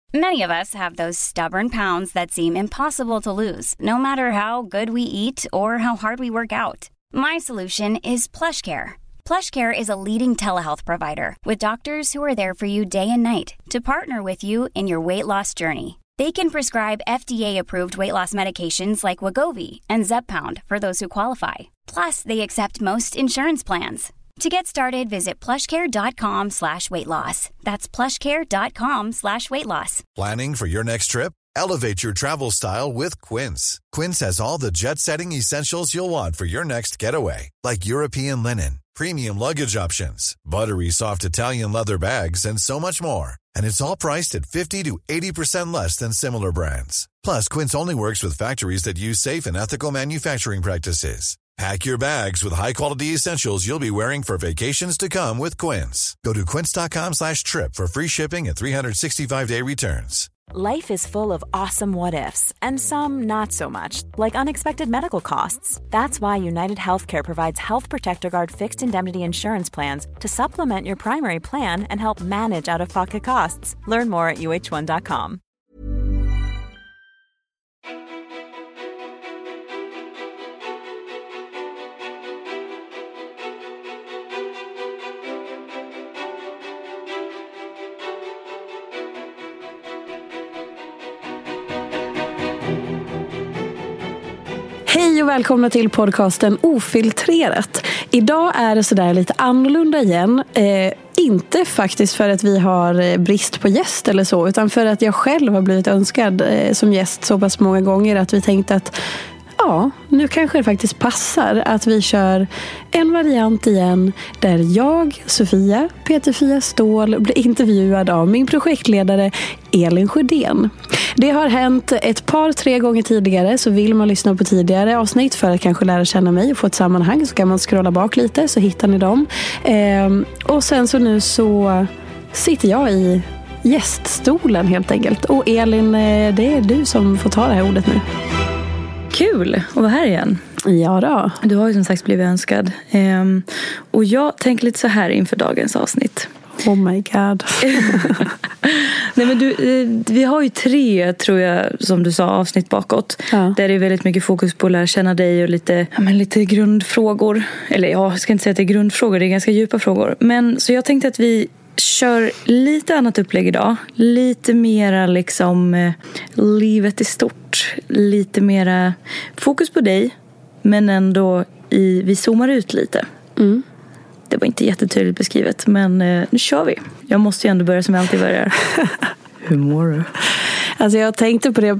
Many of us have those stubborn pounds that seem impossible to lose, no matter how good we eat or how hard we work out. My solution is PlushCare. PlushCare is a leading telehealth provider with doctors who are there for you day and night to partner with you in your weight loss journey. They can prescribe FDA-approved weight loss medications like Wegovy and Zepbound for those who qualify. Plus, they accept most insurance plans. To get started, visit plushcare.com/weightloss. That's plushcare.com/weightloss. Planning for your next trip? Elevate your travel style with Quince. Quince has all the jet-setting essentials you'll want for your next getaway, like European linen, premium luggage options, buttery soft Italian leather bags, and so much more. And it's all priced at 50 to 80% less than similar brands. Plus, Quince only works with factories that use safe and ethical manufacturing practices. Pack your bags with high-quality essentials you'll be wearing for vacations to come with Quince. Go to quince.com/trip for free shipping and 365-day returns. Life is full of awesome what-ifs, and some not so much, like unexpected medical costs. That's why United Healthcare provides Health Protector Guard fixed indemnity insurance plans to supplement your primary plan and help manage out-of-pocket costs. Learn more at uh1.com. Hej och välkomna till podcasten Ofiltrerat. Idag är det sådär lite annorlunda igen. Inte faktiskt för att vi har brist på gäst eller så, utan för att jag själv har blivit önskad som gäst så pass många gånger att vi tänkte att ja, nu kanske det faktiskt passar att vi kör en variant igen där jag, Sofia, Peter-Fia Ståhl, blir intervjuad av min projektledare Elin Sjödén. Det har hänt ett par, 3 gånger tidigare, så vill man lyssna på tidigare avsnitt för att kanske lära känna mig och få ett sammanhang, så kan man scrolla bak lite så hittar ni dem. Och sen så nu så sitter jag i gäststolen helt enkelt. Och Elin, det är du som får ta det här ordet nu. Kul att vara här igen. Ja då. Du har ju som sagt blivit önskad. Och jag tänker lite så här inför dagens avsnitt. Oh my god. Nej, men vi har ju 3, tror jag, som du sa, avsnitt bakåt. Ja. Där det är väldigt mycket fokus på att lära känna dig och lite grundfrågor. Eller jag ska inte säga att det är grundfrågor, det är ganska djupa frågor. Men så jag tänkte att vi kör lite annat upplägg idag. Lite mera liksom livet i stort. Lite mera fokus på dig. Men ändå vi zoomar ut lite. Mm. Det var inte jättetydligt beskrivet. Men nu kör vi. Jag måste ju ändå börja som jag alltid börjar. Hur mår du? Alltså jag tänkte på det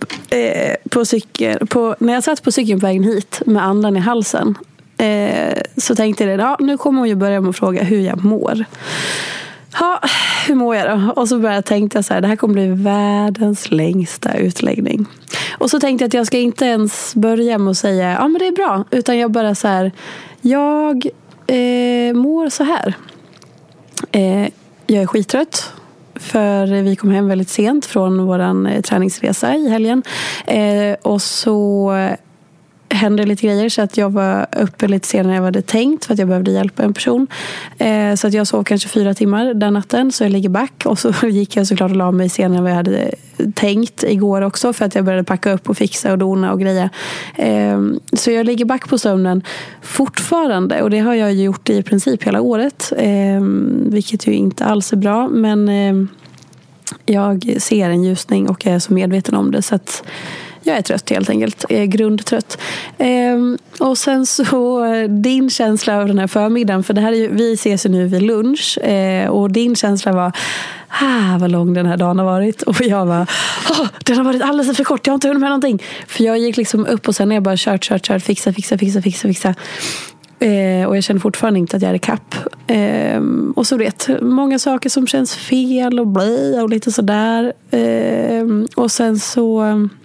när jag satt på cykeln på vägen hit med andan i halsen. Så tänkte jag ja, nu kommer hon ju börja med att fråga hur jag mår. Ja, hur mår jag då? Och så började tänka så här, det här kommer bli världens längsta utläggning. Och så tänkte jag att jag ska inte ens börja med att säga, ja men det är bra. Utan jag bara så här, jag mår så här. Jag är skittrött. För vi kom hem väldigt sent från våran träningsresa i helgen. Och så hände lite grejer så att jag var uppe lite senare än jag hade tänkt för att jag behövde hjälpa en person. Så att jag sov kanske 4 timmar den natten, så jag ligger back. Och så gick jag såklart och la mig senare än vad jag hade tänkt igår också, för att jag började packa upp och fixa och dona och greja. Så jag ligger back på sömnen fortfarande, och det har jag gjort i princip hela året. Vilket ju inte alls är bra, men jag ser en ljusning och är så medveten om det, så att jag är trött helt enkelt, grundtrött. Och sen så din känsla av den här förmiddagen, för det här är ju, vi ses ju nu vid lunch, och din känsla var vad lång den här dagen har varit, och jag var den har varit alldeles för kort, jag har inte hunnit med någonting. För jag gick liksom upp och sen när jag bara kört, fixa. Och jag känner fortfarande inte att jag är i kapp. Och så vet, många saker som känns fel och blöj och lite sådär. Och sen så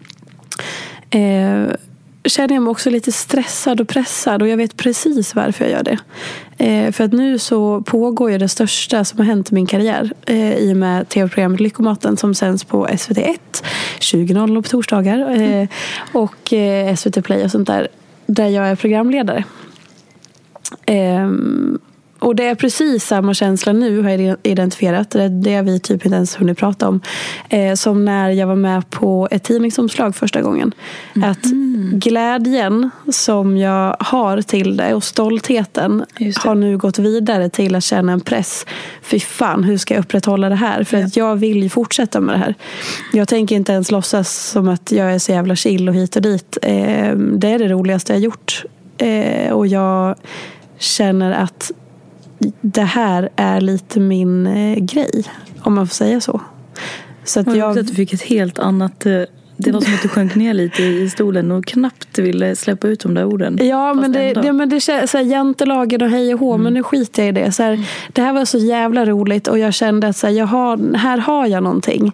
känner jag mig också lite stressad och pressad, och jag vet precis varför jag gör det. För att nu så pågår ju det största som har hänt i min karriär, i och med tv-programmet Lyckomaten som sänds på SVT1 20.00 på torsdagar, och SVT Play och sånt där jag är programledare. Och det är precis samma känsla nu, har jag identifierat. Det har vi typ inte ens hunnit prata om. Som när jag var med på ett tidningsomslag första gången. Att glädjen som jag har till det och stoltheten har nu gått vidare till att känna en press. Fy fan, hur ska jag upprätthålla det här? För att jag vill ju fortsätta med det här. Jag tänker inte ens låtsas som att jag är så jävla chill och hit och dit. Det är det roligaste jag gjort. Och jag känner att det här är lite min grej, om man får säga så. Så att att du fick ett helt annat... Det var som att du sjönk ner lite i stolen och knappt ville släppa ut de där orden. Ja, men det känns så här, jantelagen och hej och hå, men nu skiter jag i det. Så här, det här var så jävla roligt och jag kände att så här, här har jag någonting.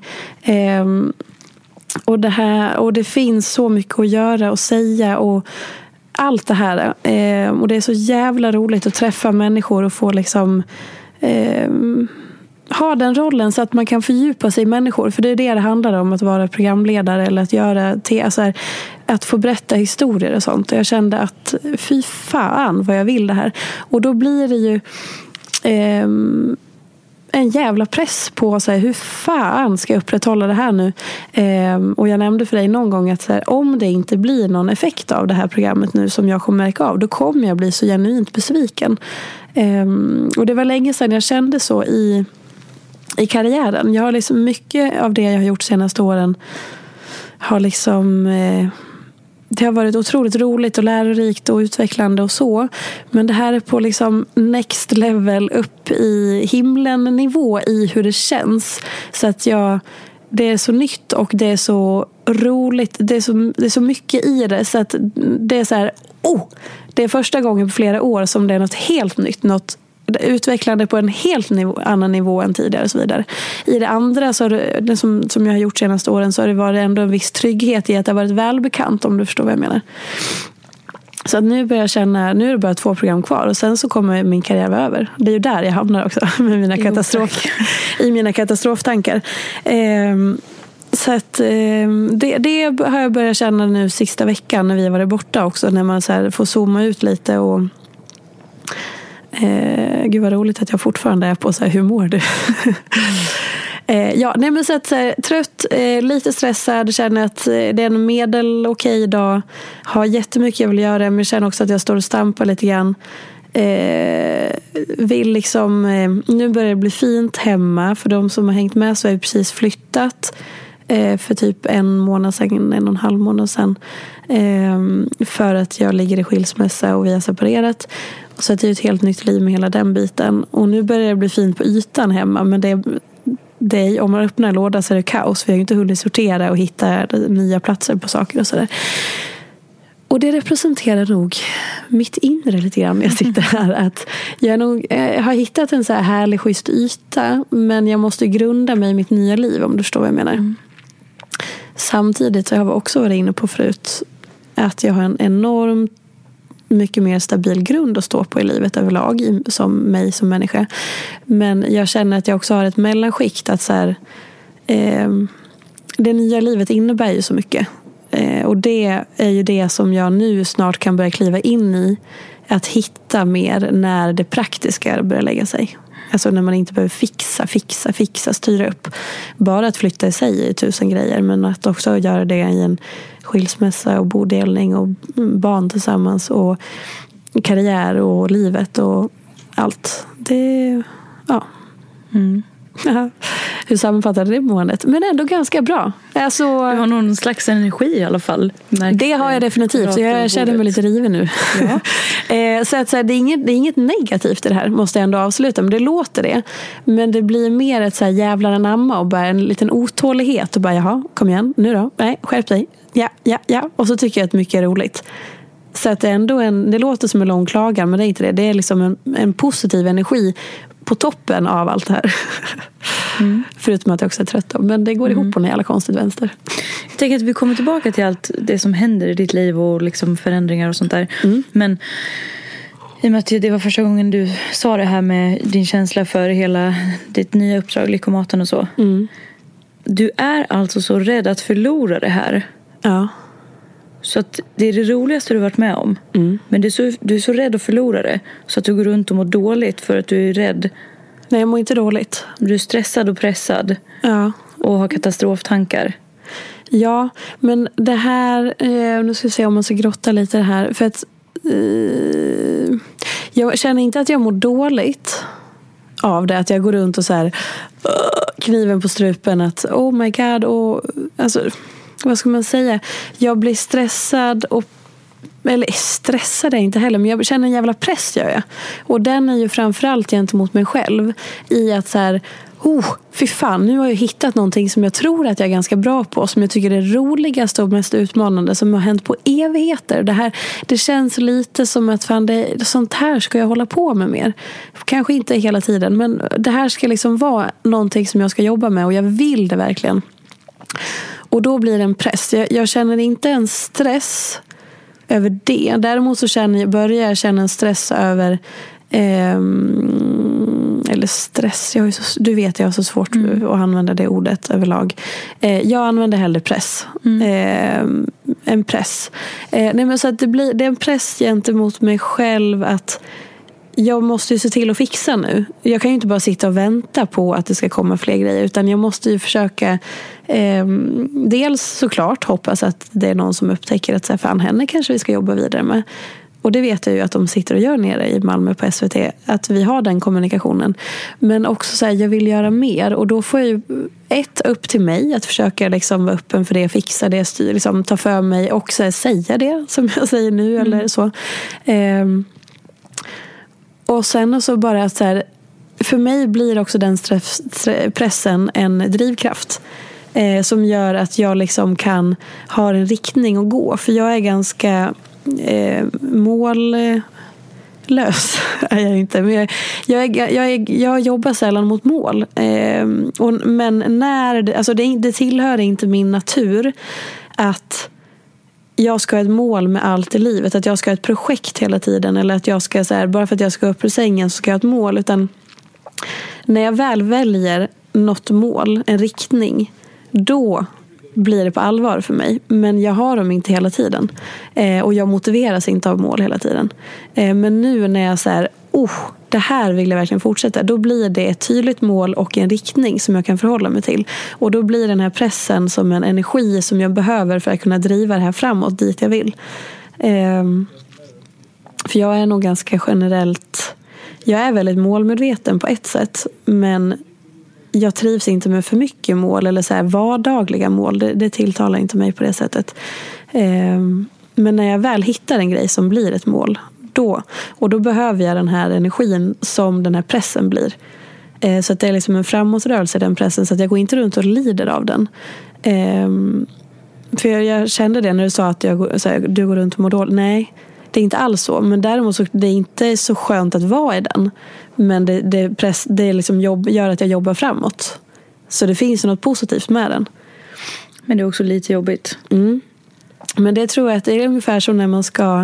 Och det finns så mycket att göra och säga och allt det här. Och det är så jävla roligt att träffa människor och få liksom ha den rollen så att man kan fördjupa sig i människor. För det är det handlar om, att vara programledare eller att göra så här, att få berätta historier och sånt. Och jag kände att fy fan vad jag vill det här. Och då blir det ju en jävla press på så här, hur fan ska jag upprätthålla det här nu? Och jag nämnde för dig någon gång att så här, om det inte blir någon effekt av det här programmet nu som jag kommer märka av, då kommer jag bli så genuint besviken. Och det var länge sedan jag kände så i karriären. Jag har liksom mycket av det jag har gjort senaste åren har liksom det har varit otroligt roligt och lärorikt och utvecklande och så. Men det här är på liksom next level upp i himlen nivå i hur det känns. Så att det är så nytt och det är så roligt. Det är så mycket i det. Så att det är så här, det är första gången på flera år som det är något helt nytt. Något utvecklande på en helt annan nivå än tidigare och så vidare. I det andra så det som jag har gjort senaste åren så har det varit ändå en viss trygghet i att det har varit välbekant, om du förstår vad jag menar. Så att nu börjar jag känna, nu är det bara 2 program kvar och sen så kommer min karriär vara över. Det är ju där jag hamnar också med mina katastroftankar. Så att det har jag börjat känna nu sista veckan när vi har varit borta också, när man så här får zooma ut lite och gud vad roligt att jag fortfarande är på så här, hur mår du? Ja, nej men så att trött, lite stressad, känner att det är en medel okej dag, har jättemycket jag vill göra, men jag känner också att jag står och stampar lite grann. Vill liksom nu börjar det bli fint hemma. För de som har hängt med så har jag precis flyttat för typ 1 månad sedan, 1,5 månad sedan, för att jag ligger i skilsmässa och vi har separerat. Så det är ett helt nytt liv med hela den biten. Och nu börjar det bli fint på ytan hemma, men om man öppnar en låda så är det kaos. Vi har ju inte hunnit sortera och hitta nya platser på saker och sådär. Och det representerar nog mitt inre lite grann när jag sitter här. Att jag har hittat en så här härlig, schysst yta, men jag måste grunda mig i mitt nya liv, om du förstår vad jag menar. Samtidigt så har jag också varit inne på förut att jag har en enormt mycket mer stabil grund att stå på i livet överlag, som mig som människa. Men jag känner att jag också har ett mellanskikt, att så här, det nya livet innebär ju så mycket. Och det är ju det som jag nu snart kan börja kliva in i, att hitta mer när det praktiska börjar lägga sig. Alltså när man inte behöver fixa, styra upp. Bara att flytta i sig är 1000 grejer, men att också göra det i en skilsmässa och bodelning och barn tillsammans och karriär och livet och allt. Det, ja. Hur sammanfattade det måendet? Men ändå ganska bra. Alltså, du har någon slags energi i alla fall. Det har jag definitivt. Jag känner mig lite riven nu. Ja. Så att det är inget negativt i det här, måste jag ändå avsluta. Men det låter det. Men det blir mer ett så här jävlar anamma och bara en liten otålighet. Och bara, jaha, kom igen, nu då. Nej, skärp dig. Ja. Och så tycker jag att mycket är roligt. Så att det är ändå det låter som en lång klagan, men det är inte det. Det är liksom en positiv energi på toppen av allt det här. Förutom att jag också är trött. Men det går ihop på en jävla konstigt vänster. Jag tänker att vi kommer tillbaka till allt det som händer i ditt liv och liksom förändringar och sånt där. Men i och med att det var första gången du sa det här med din känsla för hela ditt nya uppdrag, Lyckomaten och så. Du är alltså så rädd att förlora det här. Ja. Så att det är det roligaste du varit med om. Men du är så rädd att förlora det. Så att du går runt och mår dåligt för att du är rädd. Nej, jag mår inte dåligt. Du är stressad och pressad. Ja. Och har katastroftankar. Ja, men det här... nu ska vi se om man ska grotta lite det här. För att... jag känner inte att jag mår dåligt av det. Att jag går runt och så här... kniven på strupen. Att oh my god. Och, alltså, vad ska man säga? Jag blir stressad och... Eller stressad är jag inte heller, men jag känner en jävla press, gör jag. Och den är ju framförallt gentemot mig själv. I att så här, fy fan, nu har jag hittat någonting som jag tror att jag är ganska bra på. Som jag tycker är roligaste och mest utmanande som har hänt på evigheter. Det känns lite som att fan, sånt här ska jag hålla på med mer. Kanske inte hela tiden, men det här ska liksom vara någonting som jag ska jobba med. Och jag vill det verkligen. Och då blir det en press. Jag känner inte en stress över det. Däremot så börjar jag känna en stress över eller stress, du vet jag har så svårt att använda det ordet överlag. Jag använder hellre press. En press. Nej, men så att det är en press gentemot mig själv att jag måste ju se till att fixa nu. Jag kan ju inte bara sitta och vänta på att det ska komma fler grejer, utan jag måste ju försöka dels såklart hoppas att det är någon som upptäcker att så här, fan, henne kanske vi ska jobba vidare med. Och det vet jag ju att de sitter och gör nere i Malmö på SVT, att vi har den kommunikationen. Men också så här, jag vill göra mer, och då får jag ju upp till mig att försöka liksom vara öppen för det, fixa det, styr, liksom, ta för mig och så här, säga det som jag säger nu eller så. Och sen och så bara så här, för mig blir också den pressen en drivkraft som gör att jag liksom kan ha en riktning att gå. För jag är ganska mållös är jag inte. Men jag jobbar sällan mot mål. Men det tillhör inte min natur att jag ska ha ett mål med allt i livet, att jag ska ha ett projekt hela tiden, eller att jag ska så här, bara för att jag ska upp ur sängen så ska jag ha ett mål, utan när jag väl väljer något mål, en riktning, då blir det på allvar för mig. Men jag har dem inte hela tiden. Och jag motiveras inte av mål hela tiden. Men nu när jag så här, det här vill jag verkligen fortsätta, då blir det ett tydligt mål och en riktning som jag kan förhålla mig till. Och då blir den här pressen som en energi som jag behöver för att kunna driva det här framåt dit jag vill. För jag är nog ganska generellt, jag är väldigt målmedveten på ett sätt, men jag trivs inte med för mycket mål eller så här vardagliga mål. Det tilltalar inte mig på det sättet. Men när jag väl hittar en grej som blir ett mål, då behöver jag den här energin som den här pressen blir. Så att det är liksom en framåtrörelse, den pressen, så att jag går inte runt och lider av den. För jag kände det när du sa att du går runt och mår dåligt. Nej, det är inte alls så. Men däremot så det är inte så skönt att vara i den. Men det liksom gör att jag jobbar framåt. Så det finns något positivt med den. Men det är också lite jobbigt. Men det tror jag att det är ungefär som när man ska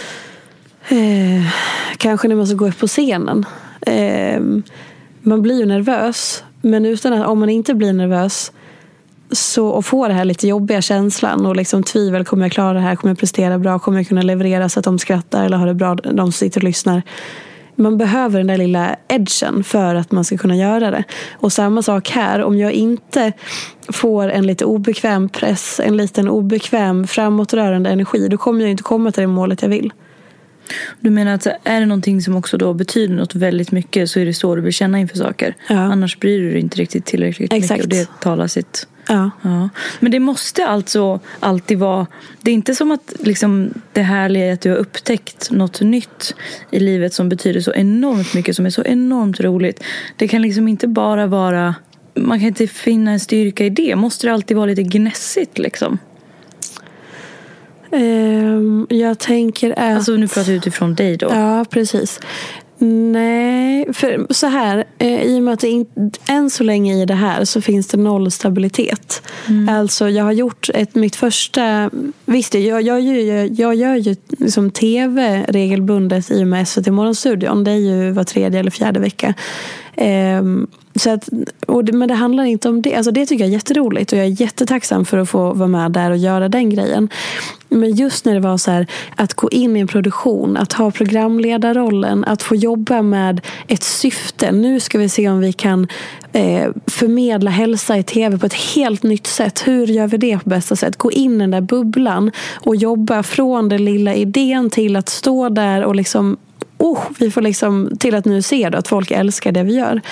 kanske när man ska gå upp på scenen. Man blir ju nervös. Men om man inte blir nervös och får det här lite jobbiga känslan och liksom tvivel, kommer jag klara det här, kommer jag prestera bra, kommer jag kunna leverera så att de skrattar eller har det bra, de som sitter och lyssnar. Man behöver den där lilla edgen för att man ska kunna göra det. Och samma sak här, om jag inte får en lite obekväm press, en liten obekväm framåtrörande energi, då kommer jag inte komma till det målet jag vill. Du menar att är det någonting som också då betyder något väldigt mycket, så är det så du vill känna inför saker. Ja. Annars bryr du dig inte riktigt tillräckligt mycket, och det talar sitt. Ja. Men det måste alltså alltid vara, det är inte som att liksom det härliga är att du har upptäckt något nytt i livet som betyder så enormt mycket, som är så enormt roligt. Det kan liksom inte bara vara, man kan inte finna en styrka i det. Måste det alltid vara lite gnässigt liksom? Jag tänker att... Alltså nu pratar jag utifrån dig då. Ja, precis. Nej, för så här, i och med att det än så länge i det här så finns det noll stabilitet. Alltså jag har gjort mitt första, visst jag gör ju liksom tv regelbundet i och med SVT Morgonstudion. Det är ju var 3:e eller 4:e vecka. Så att, men det handlar inte om det. Alltså det tycker jag är jätteroligt och jag är jättetacksam för att få vara med där och göra den grejen. Men just när det var så här, att gå in i en produktion, att ha programledarrollen, att få jobba med ett syfte. Nu ska vi se om vi kan förmedla hälsa i tv på ett helt nytt sätt. Hur gör vi det på bästa sätt? Gå in i den där bubblan och jobba från den lilla idén till att stå där och liksom, vi får liksom till att nu se då att folk älskar det vi gör.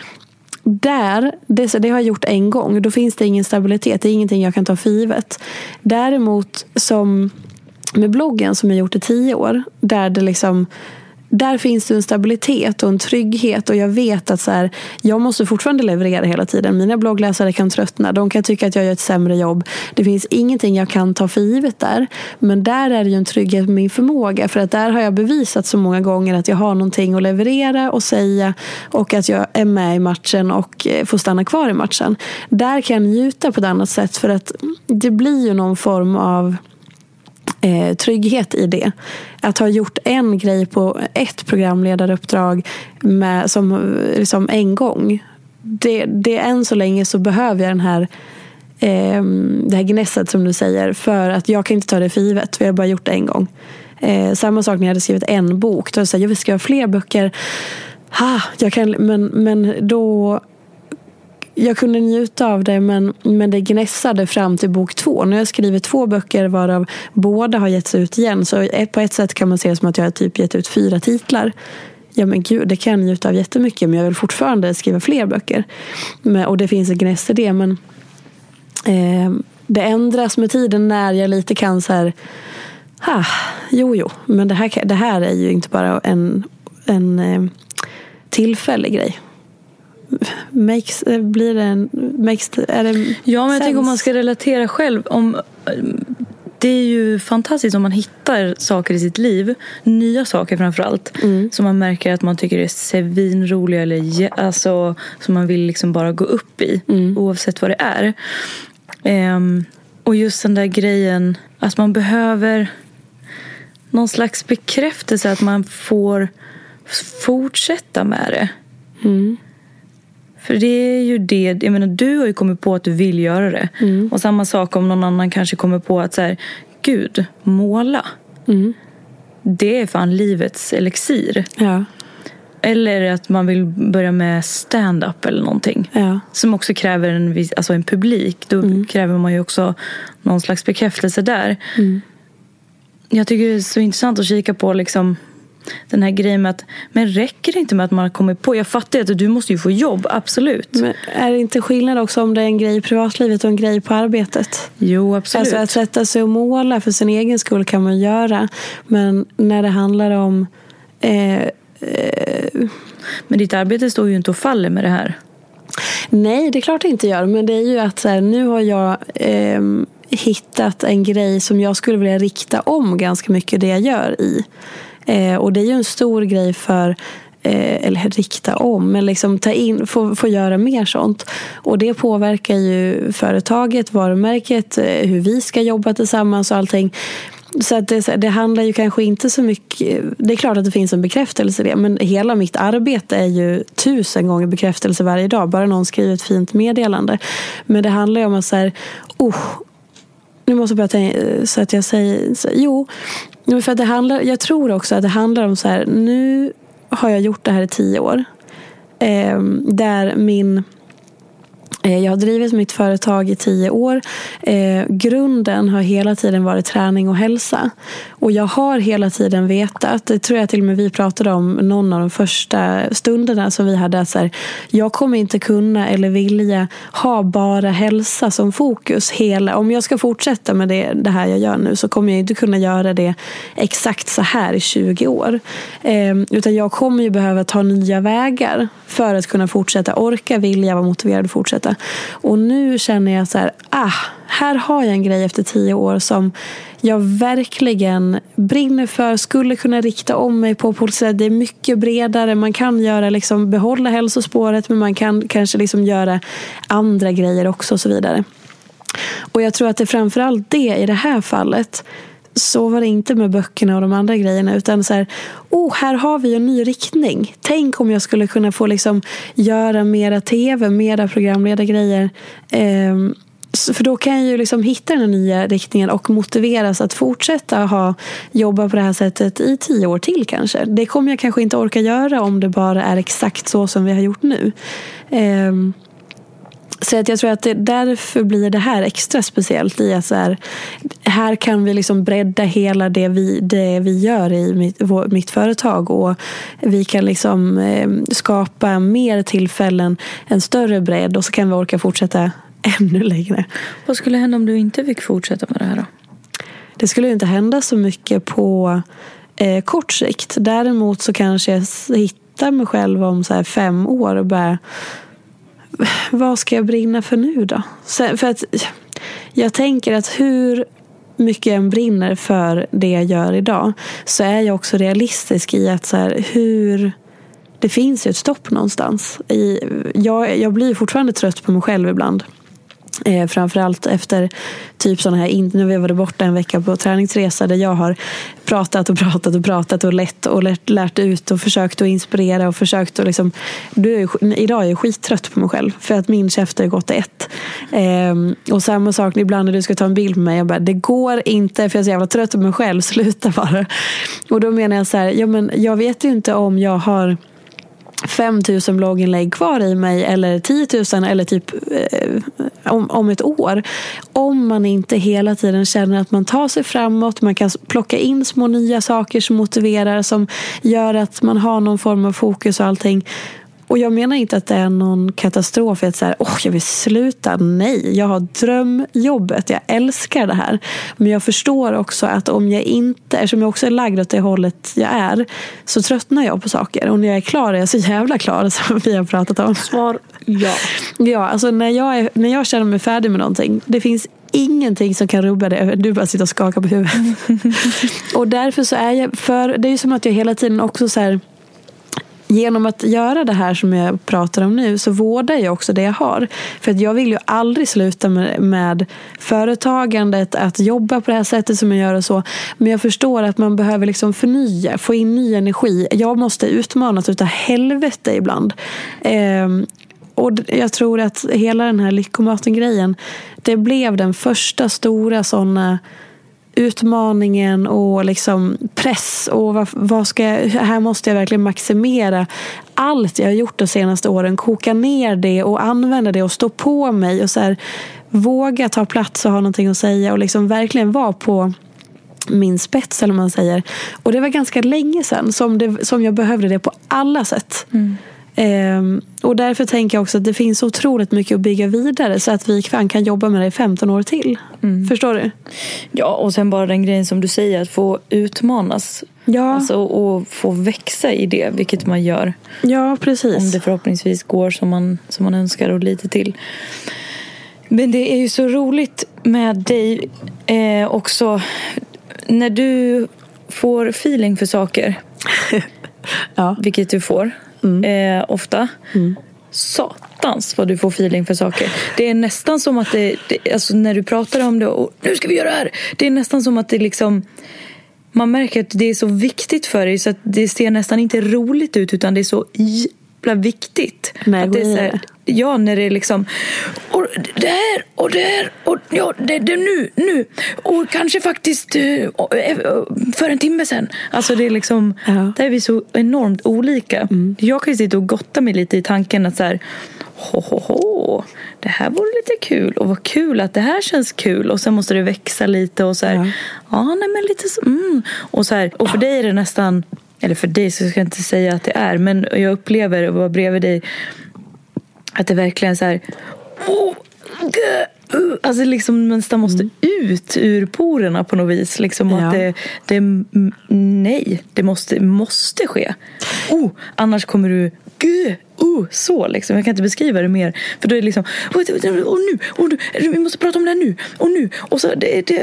Det har jag gjort en gång. Då finns det ingen stabilitet. Det är ingenting jag kan ta för givet. Däremot som med bloggen som jag gjort i 10 år, där finns det en stabilitet och en trygghet, och jag vet att så här, jag måste fortfarande leverera hela tiden. Mina bloggläsare kan tröttna, de kan tycka att jag gör ett sämre jobb. Det finns ingenting jag kan ta för givet där, men där är det ju en trygghet med min förmåga, för att där har jag bevisat så många gånger att jag har någonting att leverera och säga, och att jag är med i matchen och får stanna kvar i matchen. Där kan jag njuta på ett annat sätt, för att det blir ju någon form av trygghet i det. Att ha gjort en grej på ett programledaruppdrag som en gång. Det än så länge så behöver jag det här gnässet som du säger, för att jag kan inte ta det för givet, för jag har bara gjort det en gång. Samma sak när jag hade skrivit en bok. Då sa jag vill skriva fler böcker. Men då jag kunde njuta av det, men det gnässade fram till bok 2. Nu har jag skrivit 2 böcker varav båda har getts ut igen. Så på ett sätt kan man se det som att jag har typ gett ut 4 titlar. Ja men gud, det kan jag njuta av jättemycket, men jag vill fortfarande skriva fler böcker. Och det finns ett gnäss i det, men det ändras med tiden när jag lite kan så här, men det här är ju inte bara en tillfällig grej. Ja, men jag tänker om man ska relatera själv, det är ju fantastiskt om man hittar saker i sitt liv, nya saker framförallt, som man märker att man tycker är svinroliga, eller alltså, som man vill liksom bara gå upp i, oavsett vad det är. Och just den där grejen att man behöver någon slags bekräftelse att man får fortsätta med det. För det är ju det, jag menar, du har ju kommit på att du vill göra det. Och samma sak om någon annan kanske kommer på att så här, gud, måla. Det är fan livets elixir. Ja. Eller att man vill börja med stand-up eller någonting. Ja. Som också kräver en publik. Då kräver man ju också någon slags bekräftelse där. Jag tycker det är så intressant att kika på liksom den här grejen med att, men räcker det inte med att man har kommit på? Jag fattar att du måste ju få jobb, absolut. Men är det inte skillnad också om det är en grej i privatlivet och en grej på arbetet? Jo, absolut. Alltså att sätta sig och måla för sin egen skull kan man göra. Men när det handlar om men ditt arbete står ju inte och faller med det här. Nej, det är klart det inte gör. Men det är ju att så här, nu har jag hittat en grej som jag skulle vilja rikta om ganska mycket det jag gör i. Och det är ju en stor grej för eller rikta om, men liksom ta in, få göra mer sånt. Och det påverkar ju företaget, varumärket, hur vi ska jobba tillsammans och allting. Så att det handlar ju kanske inte så mycket. Det är klart att det finns en bekräftelse i det, men hela mitt arbete är ju 1000 gånger bekräftelse varje dag. Bara någon skriver ett fint meddelande. Men det handlar ju om att så här, nu måste jag bara tänka så att jag säger så, för att jag tror också att det handlar om så här, nu har jag gjort det här i 10 år. Där jag har drivit mitt företag i 10 år. Grunden har hela tiden varit träning och hälsa. Och jag har hela tiden vetat, det tror jag till och med vi pratade om någon av de första stunderna som vi hade, att så här, jag kommer inte kunna eller vilja ha bara hälsa som fokus om jag ska fortsätta med det här jag gör nu, så kommer jag inte kunna göra det exakt så här i 20 år. Utan jag kommer ju behöva ta nya vägar för att kunna fortsätta, orka, vilja, vara motiverad att fortsätta. Och nu känner jag så här har jag en grej efter 10 år som jag verkligen brinner för, skulle kunna rikta om mig på sätt. Det är mycket bredare, man kan göra liksom, behålla hälsospåret, men man kan kanske liksom göra andra grejer också och så vidare. Och jag tror att det är framförallt det i det här fallet så var det inte med böckerna och de andra grejerna, utan så här, här har vi en ny riktning. Tänk om jag skulle kunna få liksom göra mera tv, mera programledargrejer. För då kan jag ju liksom hitta den nya riktningen och motiveras att fortsätta jobba på det här sättet i 10 år till kanske. Det kommer jag kanske inte orka göra om det bara är exakt så som vi har gjort nu. Så att jag tror att därför blir det här extra speciellt i att så här kan vi liksom bredda hela det vi gör i mitt företag, och vi kan liksom skapa mer tillfällen, en större bredd, och så kan vi orka fortsätta ännu längre. Vad skulle hända om du inte fick fortsätta med det här då? Det skulle ju inte hända så mycket på kort sikt. Däremot så kanske jag hittar mig själv om så här 5 år och bara, vad ska jag brinna för nu då? För att jag tänker att hur mycket jag brinner för det jag gör idag, så är jag också realistisk i att så här, det finns ju ett stopp någonstans. Jag blir fortfarande trött på mig själv ibland. Framförallt efter typ sådana här, nu har vi varit borta en vecka på träningsresa där jag har pratat och lärt ut och försökt att inspirera och försökt att liksom, idag är jag skittrött på mig själv för att min käft har gått 1. Och samma sak ibland när du ska ta en bild med mig, jag bara, det går inte för jag är så jävla trött på mig själv, sluta bara. Och då menar jag så här, men jag vet ju inte om jag har 5 000 blogginlägg kvar i mig eller 10 000 eller typ om ett år, om man inte hela tiden känner att man tar sig framåt, man kan plocka in små nya saker som motiverar, som gör att man har någon form av fokus och allting. Och jag menar inte att det är någon katastrof att säga, jag vill sluta. Nej, jag har drömjobbet. Jag älskar det här. Men jag förstår också att om jag inte, eftersom jag också är lagd åt det hållet jag är, så tröttnar jag på saker. Och när jag är klar är jag så jävla klar, som vi har pratat om. Svar ja. Ja, alltså när jag känner mig färdig med någonting, det finns ingenting som kan rubba det. Du bara sitter och skakar på huvudet. Och därför så är jag, det är ju som att jag hela tiden också så här, genom att göra det här som jag pratar om nu, så vårdar jag också det jag har. För att jag vill ju aldrig sluta med företagandet, att jobba på det här sättet som jag gör och så. Men jag förstår att man behöver liksom förnya, få in ny energi. Jag måste utmanas utav helvete ibland. Och jag tror att hela den här lyckomaten-grejen, det blev den första stora sådana utmaningen och liksom press, och här måste jag verkligen maximera allt jag har gjort de senaste åren, koka ner det och använda det och stå på mig och så här, våga ta plats och ha någonting att säga och liksom verkligen vara på min spets, eller man säger. Och det var ganska länge sedan som jag behövde det på alla sätt. Och därför tänker jag också att det finns otroligt mycket att bygga vidare, så att vi kan jobba med det i 15 år till. Förstår du? Ja, och sen bara den grejen som du säger, att få utmanas. Ja. Alltså, och få växa i det, vilket man gör. Ja, precis. Om det förhoppningsvis går som man önskar och lite till. Men det är ju så roligt med dig också när du får feeling för saker. Ja. Vilket du får. Ofta. Satans vad du får feeling för saker. Det är nästan som att det alltså när du pratar om det och nu ska vi göra det här, det är nästan som att det liksom, man märker att det är så viktigt för dig, så att det ser nästan inte roligt ut, utan det är så jävla viktigt. Nej, att det är så här, ja, när det är liksom och där och där och ja, det nu och kanske faktiskt för en timme sen. Alltså det är liksom, där är vi så enormt olika. Jag kan ju sitta och gotta mig lite i tanken att så här, det här vore lite kul, och vad kul att det här känns kul, och sen måste det växa lite och så här, nej men lite så, och så här, och för dig är det nästan, eller för dig så ska jag inte säga att det är, men jag upplever att vara bredvid dig att det verkligen så här, alltså liksom nästan måste ut ur porerna på något vis, liksom att det måste ske. Annars kommer du så liksom. Jag kan inte beskriva det mer. För då är det liksom, och nu, vi måste prata om det här nu. Och nu, och så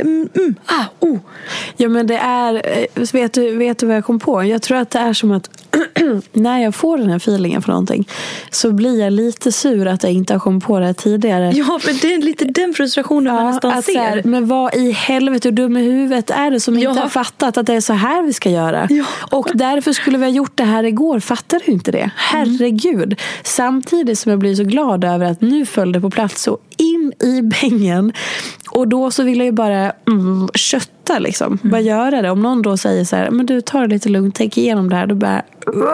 Ja, men det är, vet du vad jag kom på? Jag tror att det är som att när jag får den här feelingen för någonting så blir jag lite sur att jag inte har kommit på det här tidigare. Ja, men det är lite den frustrationen man nästan ser. Här, men vad i helvete och dum i huvudet är det som inte har fattat att det är så här vi ska göra? Ja. Och därför skulle vi ha gjort det här igår. Fattar du inte det? Herregud. Samtidigt som jag blir så glad över att nu föll det på plats så in i bängen. Och då så vill jag ju bara kötta liksom. Bara göra det. Om någon då säger så här, men du tar det lite lugnt, tänk igenom det här. Då bara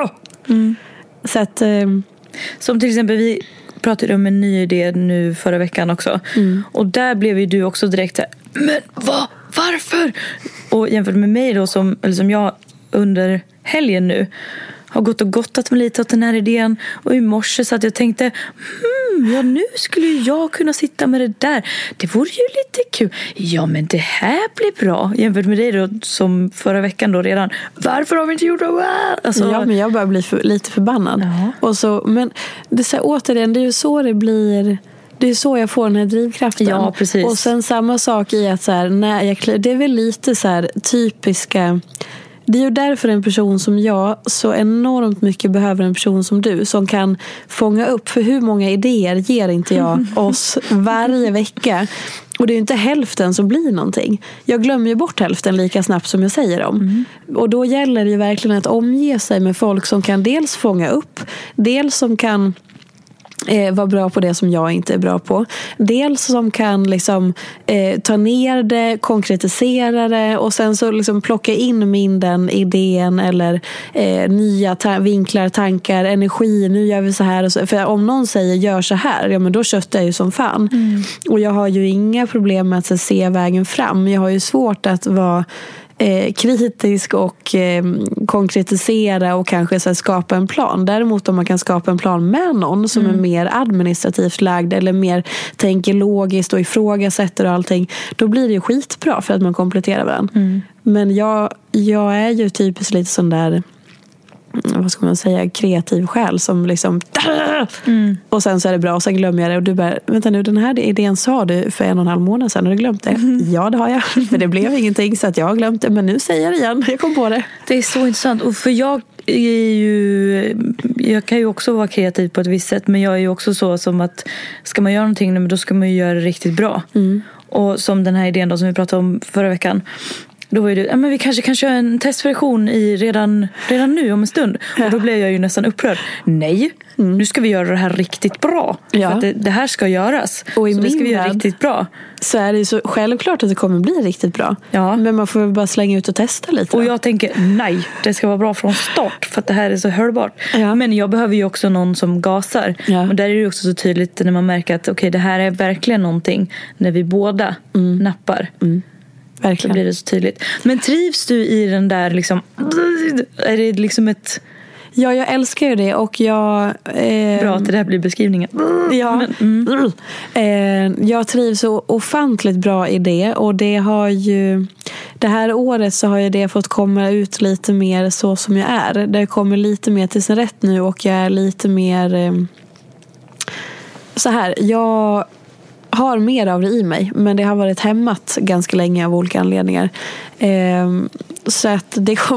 så att som till exempel vi pratade om en ny idé nu förra veckan också. Och där blev ju du också direkt här, men varför? Och jämfört med mig då som jag under helgen nu har gått och gottat mig lite åt den här idén. Och i morse så att jag tänkte, nu skulle jag kunna sitta med det där. Det vore ju lite kul. Ja, men det här blir bra. Jämfört med dig då, som förra veckan då redan. Varför har vi inte gjort det? Alltså, ja, men jag börjar bli lite förbannad. Och så, men det är så här, återigen, det är ju så det blir. Det är så jag får den här drivkraften. Ja, precis. Och sen samma sak i att så här, det är väl lite så här typiska. Det är ju därför en person som jag så enormt mycket behöver en person som du som kan fånga upp, för hur många idéer ger inte jag oss varje vecka. Och det är ju inte hälften som blir någonting. Jag glömmer ju bort hälften lika snabbt som jag säger dem. Och då gäller det ju verkligen att omge sig med folk som kan dels fånga upp, dels som kan vara bra på det som jag inte är bra på. Dels som kan liksom ta ner det, konkretisera det och sen så liksom plocka in den idén eller nya vinklar, tankar, energi, nu gör vi så här och så. För om någon säger gör så här, ja men då köttar jag ju som fan. Och jag har ju inga problem med att se vägen fram. Jag har ju svårt att vara kritisk och konkretisera och kanske så här, skapa en plan. Däremot om man kan skapa en plan med någon som är mer administrativt lagd eller mer tänker logiskt och ifrågasätter och allting, då blir det ju skitbra för att man kompletterar varandra. Men jag är ju typiskt lite sån där, vad ska man säga, kreativ själ som liksom och sen så är det bra och sen glömmer jag det och du bara, vänta nu, den här idén sa du för 1,5 månad sedan, har du glömt det? Ja, det har jag, för det blev ingenting så att jag har glömt det, men nu säger jag det igen, jag kom på det. Det är så intressant, och för jag kan ju också vara kreativ på ett visst sätt, men jag är ju också så som att ska man göra någonting, då ska man ju göra det riktigt bra. Och som den här idén då som vi pratade om förra veckan, då var det, men vi kanske kan köra en testversion redan nu om en stund. Och då blev jag ju nästan upprörd. Nej, nu ska vi göra det här riktigt bra. Ja. För att det här ska göras. Och så det ska vi göra riktigt bra. Så är det ju så självklart att det kommer bli riktigt bra. Ja. Men man får väl bara slänga ut och testa lite. Och jag tänker, nej, det ska vara bra från start. För att det här är så hörbart. Ja. Men jag behöver ju också någon som gasar. Ja. Och där är det också så tydligt när man märker att okej, det här är verkligen någonting. När vi båda nappar. Verkligen. Så blir det så tydligt. Men trivs du i den där liksom, är det liksom ett... Ja, jag älskar ju det och jag... Bra att det där blir beskrivningen. Ja, jag trivs så ofantligt bra i det och det har ju... Det här året så har ju det fått komma ut lite mer så som jag är. Det kommer lite mer till sin rätt nu och jag är lite mer... Så här, jag har mer av det i mig, men det har varit hämmat ganska länge av olika anledningar. Så att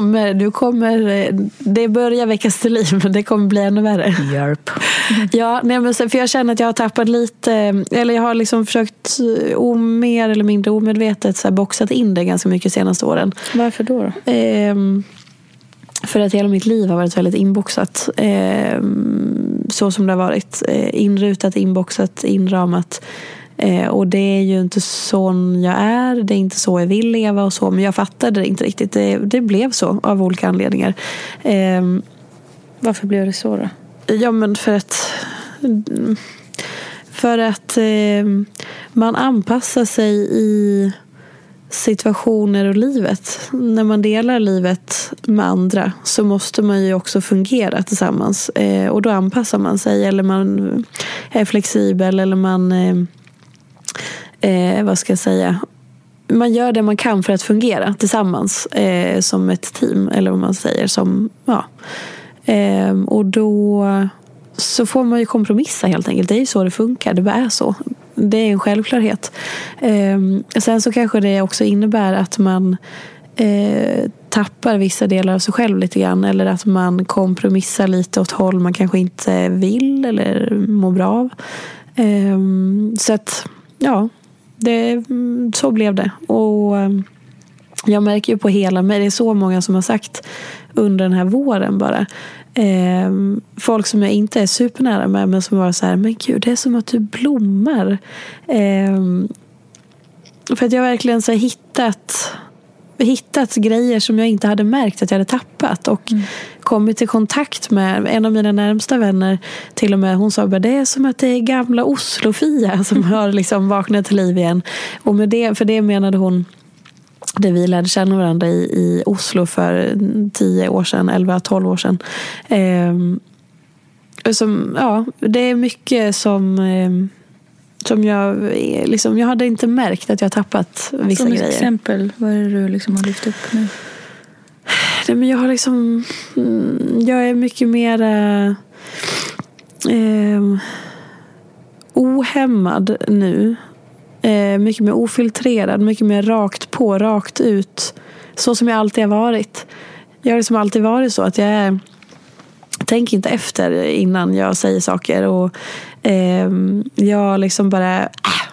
det börjar väckas till liv, men det kommer bli ännu värre. Hjälp. Ja, nej, men för jag känner att jag har tappat lite, eller jag har liksom försökt mer eller mindre omedvetet så här boxat in det ganska mycket senaste åren. Varför då? För att hela mitt liv har varit väldigt inboxat. Så som det har varit. Inrutat, inboxat, inramat. Och det är ju inte sån jag är. Det är inte så jag vill leva och så. Men jag fattade det inte riktigt. Det blev så av olika anledningar. Varför blev det så då? Ja, men för att man anpassar sig i situationer och livet. När man delar livet med andra så måste man ju också fungera tillsammans. Och då anpassar man sig, eller man är flexibel, eller man vad ska jag säga, man gör det man kan för att fungera tillsammans som ett team, eller vad man säger, som ja. Och då så får man ju kompromissa helt enkelt. Det är ju så det funkar, det bara är så. Det är en självklarhet. Sen så kanske det också innebär att man tappar vissa delar av sig själv lite grann, eller att man kompromissar lite åt håll man kanske inte vill eller mår bra av. Så att så blev det. Och jag märker ju på hela mig, det är så många som har sagt under den här våren bara, folk som jag inte är supernära med, men som var så här, men gud, det är som att du blommar. För att jag verkligen så hittat grejer som jag inte hade märkt att jag hade tappat, och kommit i kontakt med en av mina närmsta vänner. Till och med hon sa, det är som att det är gamla Oslo-Fia som har liksom vaknat till liv igen. Och med det, för det menade hon det vi lärde känna varandra i Oslo för 10 år sedan, 11-12 år sedan. Det är mycket som jag hade inte märkt att jag tappat vissa grejer. Som exempel, vad är det du liksom har lyft upp nu? Nej, men jag är mycket mer ohämmad nu. Mycket mer ofiltrerad, mycket mer rakt på, rakt ut. Så som jag alltid har varit. Jag har liksom alltid varit så att jag tänker inte efter innan jag säger saker, och jag liksom bara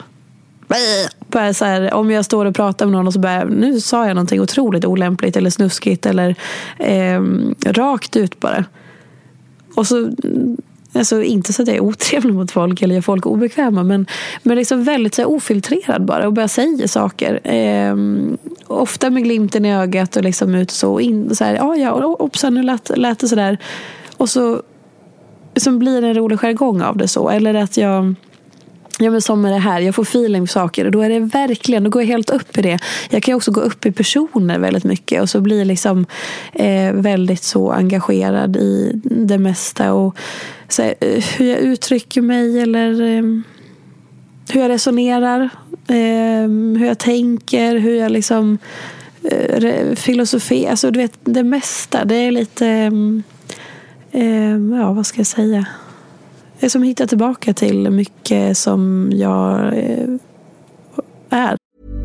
så här, om jag står och pratar med någon och så bara, nu sa jag någonting otroligt olämpligt eller snuskigt eller rakt ut bara. Och så alltså, inte så att jag är otrevlig mot folk eller gör folk obekväma, men liksom väldigt så här, ofiltrerad bara, och bara säga saker. Ofta med glimten i ögat och liksom ut så in så här, nu lät det så där. Och så blir det en rolig jargong av det så. Eller att men som med det här, jag får feeling för saker, och då är det verkligen, då går jag helt upp i det. Jag kan också gå upp i personer väldigt mycket, och så blir liksom väldigt så engagerad i det mesta, och så här, hur jag uttrycker mig, eller hur jag resonerar, hur jag tänker, hur jag liksom filosoferar, alltså du vet, det mesta, det är lite vad ska jag säga? Det som hittar tillbaka till mycket som jag är.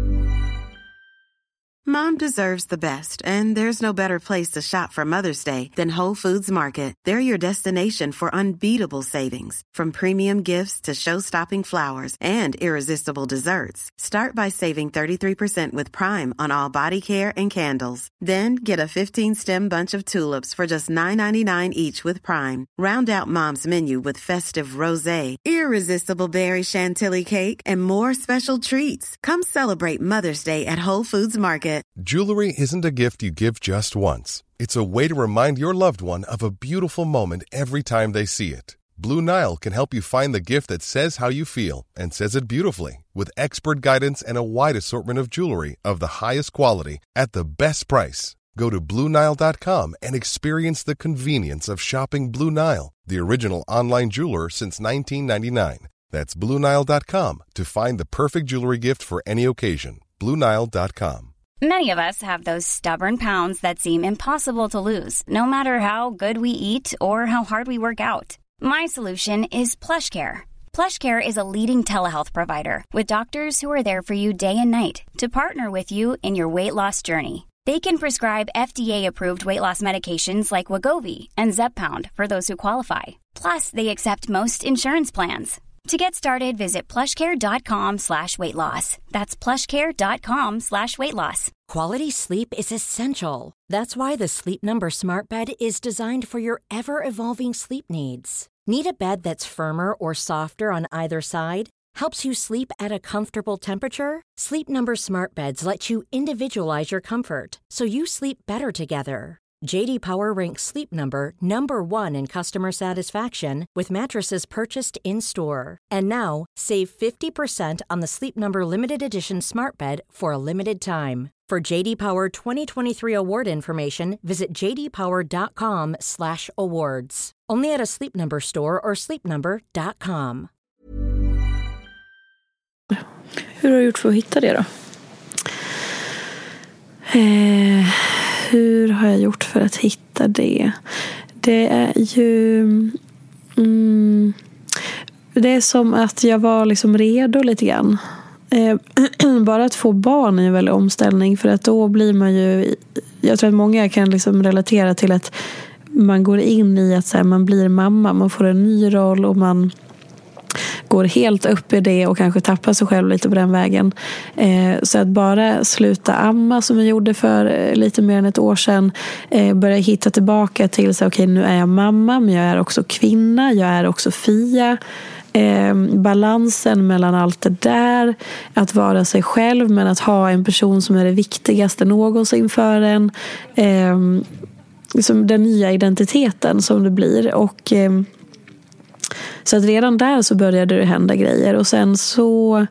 Mom deserves the best, and there's no better place to shop for Mother's Day than Whole Foods Market. They're your destination for unbeatable savings, from premium gifts to show-stopping flowers and irresistible desserts. Start by saving 33% with Prime on all body care and candles. Then get a 15-stem bunch of tulips for just $9.99 each with Prime. Round out Mom's menu with festive rosé, irresistible berry chantilly cake, and more special treats. Come celebrate Mother's Day at Whole Foods Market. Jewelry isn't a gift you give just once. It's a way to remind your loved one of a beautiful moment every time they see it. Blue Nile can help you find the gift that says how you feel and says it beautifully, with expert guidance and a wide assortment of jewelry of the highest quality at the best price. Go to BlueNile.com and experience the convenience of shopping Blue Nile, the original online jeweler since 1999. That's BlueNile.com to find the perfect jewelry gift for any occasion. BlueNile.com. Many of us have those stubborn pounds that seem impossible to lose, no matter how good we eat or how hard we work out. My solution is PlushCare. PlushCare is a leading telehealth provider with doctors who are there for you day and night to partner with you in your weight loss journey. They can prescribe FDA-approved weight loss medications like Wegovy and Zepbound for those who qualify. Plus, they accept most insurance plans. To get started, visit plushcare.com/weightloss. That's plushcare.com/weightloss. Quality sleep is essential. That's why the Sleep Number Smart Bed is designed for your ever-evolving sleep needs. Need a bed that's firmer or softer on either side? Helps you sleep at a comfortable temperature? Sleep Number Smart Beds let you individualize your comfort, so you sleep better together. J.D. Power ranks Sleep Number #1 in customer satisfaction with mattresses purchased in-store. And now, save 50% on the Sleep Number Limited Edition Smart Bed for a limited time. For J.D. Power 2023 award information, visit jdpower.com/awards. Only at a Sleep Number store or sleepnumber.com. Hur har du gjort för att hitta det då? Hur har jag gjort för att hitta det? Det är ju Det är som att jag var liksom redo lite grann. Bara att få barn är en väldigt omställning, för att då blir man ju, jag tror att många kan liksom relatera till att man går in i att så här, man blir mamma, man får en ny roll och man går helt upp i det och kanske tappar sig själv lite på den vägen. Så att bara sluta amma som jag gjorde för lite mer än ett år sedan, börja hitta tillbaka till så okej, nu är jag mamma, men jag är också kvinna, jag är också Fia. Balansen mellan allt det där, att vara sig själv men att ha en person som är det viktigaste någonsin för en, liksom den nya identiteten som det blir. Och så att redan där så började det hända grejer. Och sen så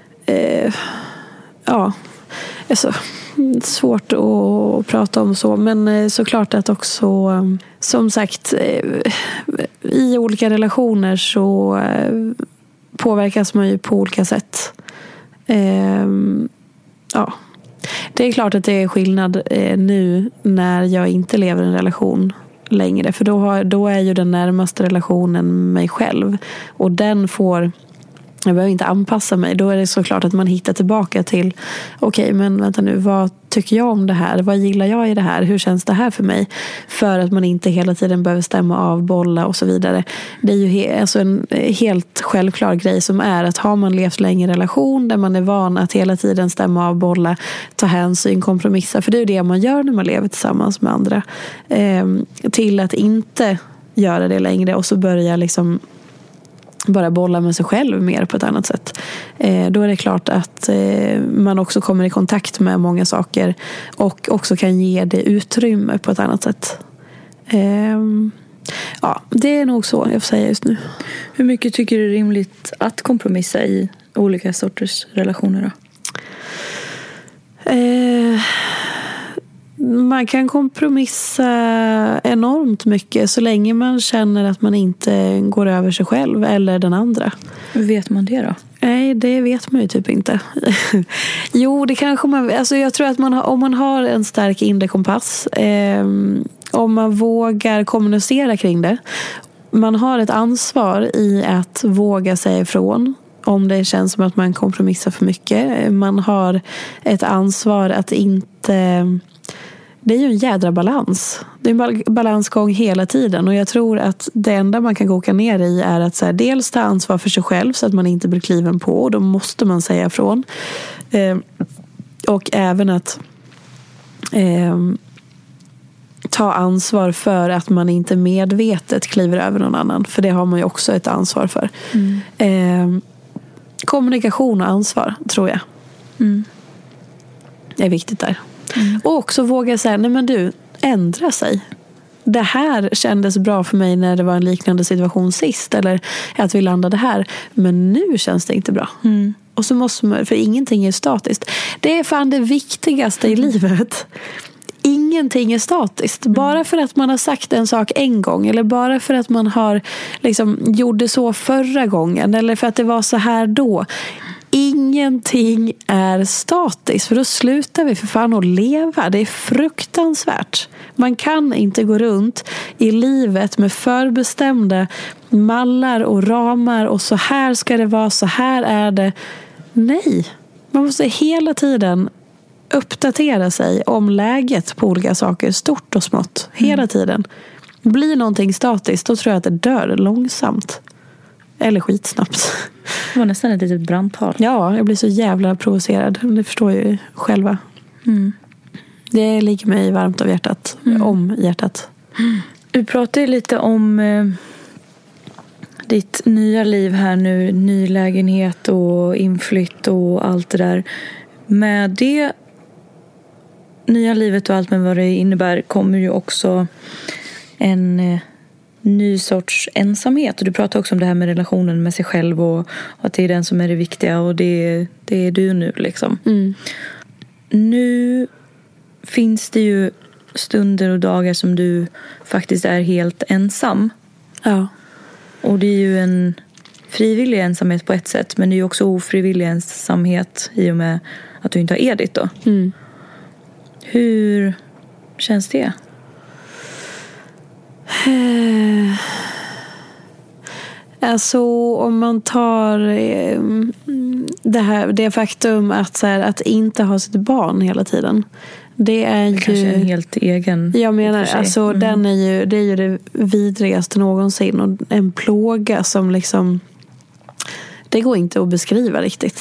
alltså, svårt att prata om så, men såklart att också, som sagt, i olika relationer så påverkas man ju på olika sätt. Det är klart att det är skillnad nu när jag inte lever i en relation längre, för då är ju den närmaste relationen mig själv, och den får, jag behöver inte anpassa mig. Då är det såklart att man hittar tillbaka till okej, men vänta nu, vad tycker jag om det här? Vad gillar jag i det här? Hur känns det här för mig? För att man inte hela tiden behöver stämma av, bolla och så vidare. Det är ju alltså en helt självklar grej som är att har man levt länge i relation där man är van att hela tiden stämma av, bolla, ta hänsyn, kompromissa. För det är ju det man gör när man lever tillsammans med andra. Till att inte göra det längre och så börja liksom bara bolla med sig själv mer på ett annat sätt. Då är det klart att man också kommer i kontakt med många saker och också kan ge det utrymme på ett annat sätt. Det är nog så jag får säga just nu. Hur mycket tycker du är rimligt att kompromissa i olika sorters relationer då? Man kan kompromissa enormt mycket så länge man känner att man inte går över sig själv eller den andra. Hur vet man det då? Nej, det vet man ju typ inte. Jo, det kanske man... Alltså jag tror att om man har en stark inre kompass, om man vågar kommunicera kring det, man har ett ansvar i att våga säga ifrån om det känns som att man kompromissar för mycket. Man har ett ansvar att inte... Det är ju en jädra balans. Det är en balansgång hela tiden. Och jag tror att det enda man kan koka ner i är att så här, dels ta ansvar för sig själv så att man inte blir kliven på. Och då måste man säga ifrån. Och även att ta ansvar för att man inte medvetet kliver över någon annan. För det har man ju också ett ansvar för. Kommunikation och ansvar, tror jag. Det är viktigt där. Och också våga säga, nej men du, ändra sig. Det här kändes bra för mig när det var en liknande situation sist, eller att vi landade här, men nu känns det inte bra. Och så måste man, för ingenting är statiskt. Det är fan det viktigaste i livet. Ingenting är statiskt. Bara för att man har sagt en sak en gång, eller bara för att man har liksom gjorde så förra gången, eller för att det var så här då. Ingenting är statiskt, för då slutar vi för fan att leva. Det är fruktansvärt. Man kan inte gå runt i livet med förbestämda mallar och ramar och så här ska det vara, så här är det. Nej, man måste hela tiden uppdatera sig om läget på olika saker, stort och smått, hela tiden. Blir någonting statiskt, då tror jag att det dör långsamt. Eller skitsnabbt. Det var nästan ett litet brandtal. Ja, jag blir så jävla provocerad. Det förstår jag ju själva. Det ligger mig varmt av hjärtat. Om hjärtat. Du pratade lite om ditt nya liv här nu. Ny lägenhet och inflytt och allt det där. Med det nya livet och allt med vad det innebär kommer ju också en ny sorts ensamhet. Och du pratar också om det här med relationen med sig själv och att det är den som är det viktiga och det är du nu liksom. Nu finns det ju stunder och dagar som du faktiskt är helt ensam. Ja. Och det är ju en frivillig ensamhet på ett sätt, men det är ju också ofrivillig ensamhet i och med att du inte har Edith då. Hur känns det? Alltså om man tar det faktum att, så här, att inte ha sitt barn hela tiden. Det är ju kanske en helt egen. Jag menar, alltså det är ju det vidrigaste någonsin och en plåga som liksom det går inte att beskriva riktigt.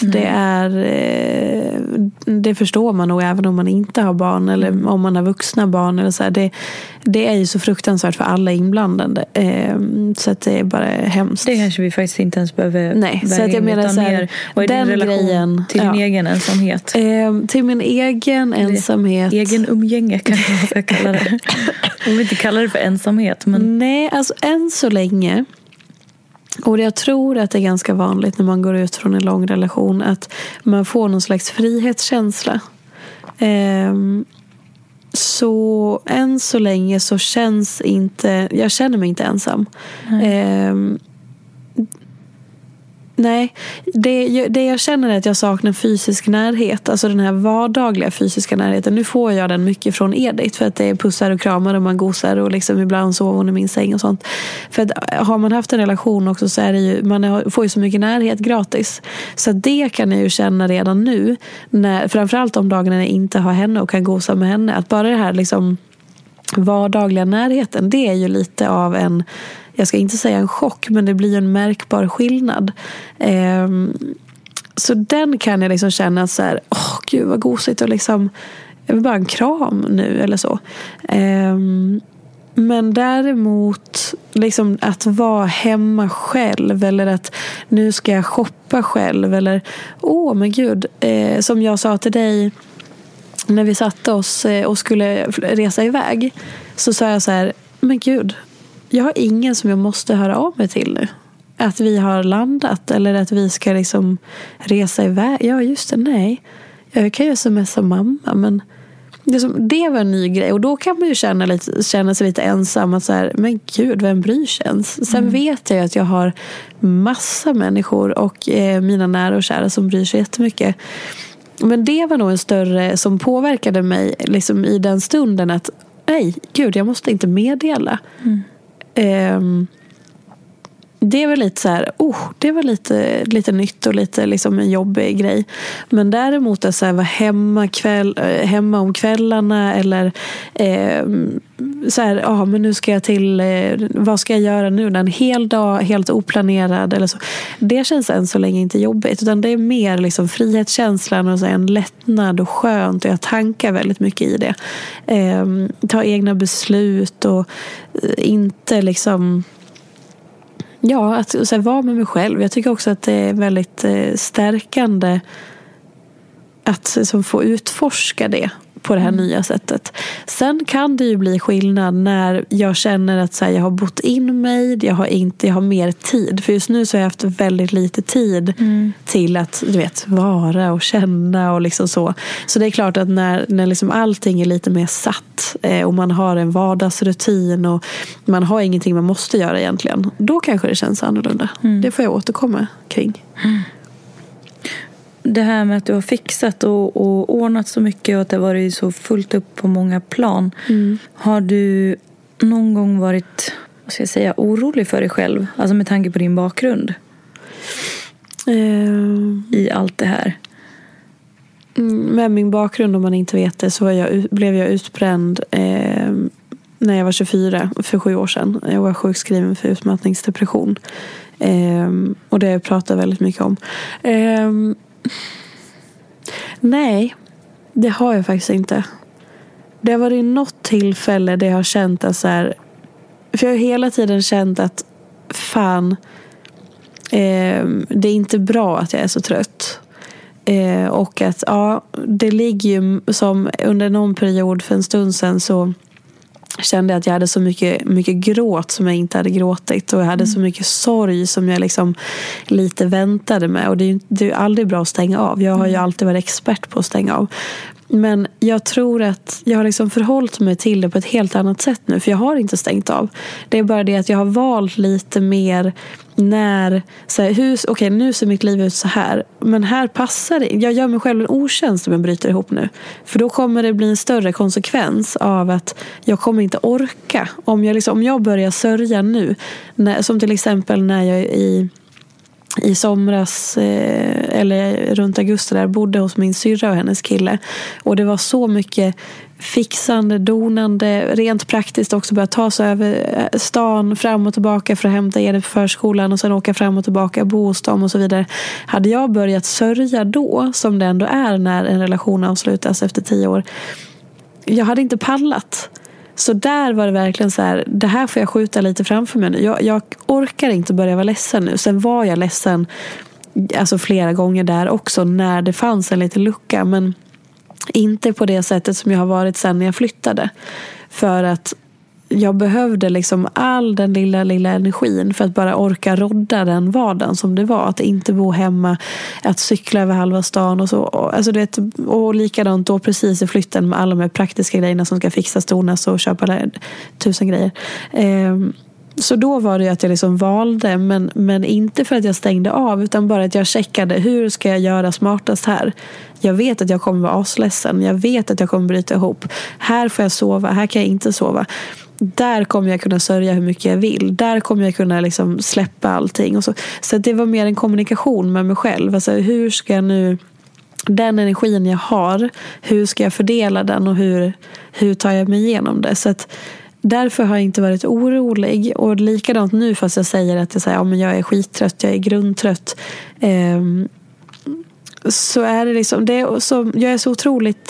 Det förstår man nog även om man inte har barn eller om man har vuxna barn eller så här. Det är ju så fruktansvärt för alla inblandade. Så att det är bara hemskt. Det kanske vi faktiskt inte ens behöver. Nej, så att jag menar så här, vad är den din relation grejen till din egen ensamhet? Till min egen ensamhet. Egen umgänge kan jag kalla det. Om vi inte kallar det för ensamhet. Men... Nej, alltså än så länge. Och jag tror att det är ganska vanligt när man går ut från en lång relation att man får någon slags frihetskänsla. Så än så länge så jag känner mig inte ensam. Nej, det jag känner är att jag saknar fysisk närhet. Alltså den här vardagliga fysiska närheten. Nu får jag den mycket från Edith. För att det är pussar och kramar och man gosar. Och liksom ibland sover hon i min säng och sånt. För att har man haft en relation också så är det ju, man får ju så mycket närhet gratis. Så det kan jag ju känna redan nu. Framförallt de dagarna när jag inte har henne och kan gosa med henne. Att bara det här liksom vardagliga närheten. Det är ju lite av en... Jag ska inte säga en chock, men det blir en märkbar skillnad. Så den kan jag liksom känna så här, gud vad gosigt och liksom, jag vill bara en kram nu eller så. Men däremot liksom att vara hemma själv eller att nu ska jag shoppa själv eller men gud, som jag sa till dig när vi satte oss och skulle resa iväg, så sa jag så här, men gud, jag har ingen som jag måste höra av mig till nu. Att vi har landat eller att vi ska liksom resa iväg. Ja, just det, nej. Jag kan ju smsa mamma, men det var en ny grej. Och då kan man ju känna sig lite ensam. Att så här, men gud, vem bryr sig ens? Sen vet jag att jag har massa människor och mina nära och kära som bryr sig jättemycket. Men det var nog en större som påverkade mig liksom i den stunden att nej, gud, jag måste inte meddela. Det är väl lite så här, det var lite nytt och lite liksom en jobbig grej. Men däremot att så här, vara hemma om kvällarna eller så här, men nu ska jag till, vad ska jag göra nu? En hel dag, helt oplanerad eller så. Det känns än så länge inte jobbigt, utan det är mer liksom frihetskänslan och så en lättnad och skönt, och jag tankar väldigt mycket i det. Ta egna beslut och inte liksom... Ja, att så här, vara med mig själv. Jag tycker också att det är väldigt stärkande att som få utforska det på det här nya sättet. Sen kan det ju bli skillnad när jag känner att så här, jag har bott in mig, jag har mer tid. För just nu så har jag haft väldigt lite tid till att, du vet, vara och känna och liksom så. Så det är klart att när liksom allting är lite mer satt och man har en vardagsrutin och man har ingenting man måste göra egentligen, då kanske det känns annorlunda. Det får jag återkomma kring. Det här med att du har fixat och ordnat så mycket och att det har varit så fullt upp på många plan. Har du någon gång varit, vad ska jag säga, orolig för dig själv? Alltså med tanke på din bakgrund. I allt det här. Med min bakgrund, om man inte vet det, så blev jag utbränd när jag var 24 för 7 år sedan. Jag var sjukskriven för utmattningsdepression. Och det pratar jag väldigt mycket om. Nej, det har jag faktiskt inte. Det har varit något tillfälle där jag har känt att så här, för jag har hela tiden känt att fan, det är inte bra att jag är så trött. Och att det ligger ju som under någon period för en stund sedan, så kände jag att jag hade så mycket gråt som jag inte hade gråtit, och jag hade så mycket sorg som jag liksom lite väntade med, och det är ju aldrig bra att stänga av. Jag har ju alltid varit expert på att stänga av, men jag tror att jag har liksom förhållit mig till det på ett helt annat sätt nu, för jag har inte stängt av. Det är bara det att jag har valt lite mer när så här, okej, nu ser mitt liv ut så här, men här passar det. Jag gör mig själv en otjänst om jag bryter ihop nu. För då kommer det bli en större konsekvens av att jag kommer inte orka. Om jag börjar sörja nu, som till exempel när jag i somras eller runt augusti där bodde hos min syrra och hennes kille, och det var så mycket fixande, donande, rent praktiskt också, börja ta sig över stan fram och tillbaka för att hämta er på förskolan och sen åka fram och tillbaka, bo hos dem och så vidare. Hade jag börjat sörja då, som det ändå är när en relation avslutas efter 10 år, jag hade inte pallat. Så där var det verkligen så här, det här får jag skjuta lite framför mig nu. Jag orkar inte börja vara ledsen nu. Sen var jag ledsen alltså flera gånger där också när det fanns en liten lucka, men inte på det sättet som jag har varit sen när jag flyttade. För att jag behövde liksom all den lilla energin för att bara orka rodda den vardagen som det var. Att inte bo hemma, att cykla över halva stan och så. Alltså och likadant då precis i flytten med alla de här praktiska grejerna som ska fixas, donas och köpa 1000 grejer. Så då var det att jag liksom valde, men inte för att jag stängde av, utan bara att jag checkade, hur ska jag göra smartast här? Jag vet att jag kommer vara asledsen, jag vet att jag kommer bryta ihop. Här får jag sova, här kan jag inte sova. Där kommer jag kunna sörja hur mycket jag vill. Där kommer jag kunna liksom släppa allting. Och så det var mer en kommunikation med mig själv. Alltså, hur ska jag nu, den energin jag har, hur ska jag fördela den och hur tar jag mig igenom det? Så att därför har jag inte varit orolig. Och likadant nu, fast jag säger att men jag är skittrött, jag är grundtrött. Så är det liksom, jag är så otroligt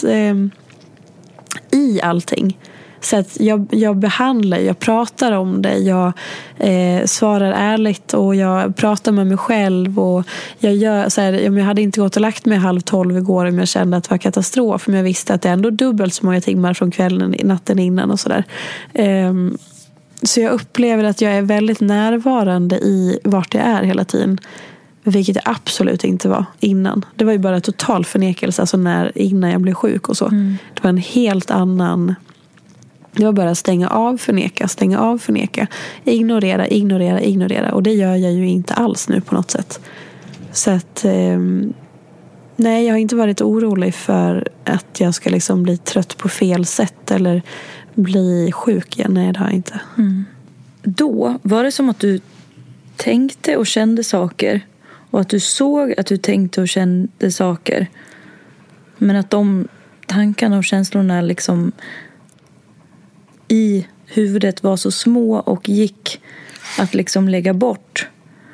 i allting. Så att jag behandlar, jag pratar om det, jag svarar ärligt och jag pratar med mig själv, och jag gör så här, jag hade inte gått och lagt mig 11:30 igår om jag kände att det var katastrof, men jag visste att det är ändå dubbelt så många timmar från kvällen, natten innan och sådär. Så jag upplever att jag är väldigt närvarande i vart jag är hela tiden, vilket det absolut inte var innan. Det var ju bara total förnekelse, alltså innan jag blev sjuk och så. Det var en helt annan. Det var bara stänga av, förneka, ignorera. Och det gör jag ju inte alls nu på något sätt. Så att nej, jag har inte varit orolig för att jag ska liksom bli trött på fel sätt eller bli sjuk igen. Nej, det har jag inte. Då var det som att du tänkte och kände saker, och att du såg att du tänkte och kände saker, men att de tankarna och känslorna liksom i huvudet var så små och gick att liksom lägga bort.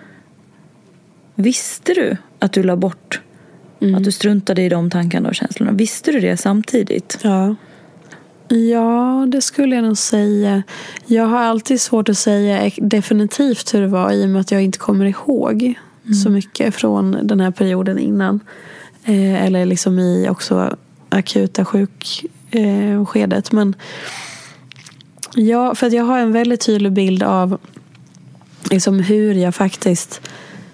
Visste du att du la bort? Att du struntade i de tankarna och känslorna? Visste du det samtidigt? Ja, det skulle jag nog säga. Jag har alltid svårt att säga definitivt hur det var, i och med att jag inte kommer ihåg så mycket från den här perioden innan. Eller liksom i också akuta sjukskedet. Men ja, för att jag har en väldigt tydlig bild av liksom hur jag faktiskt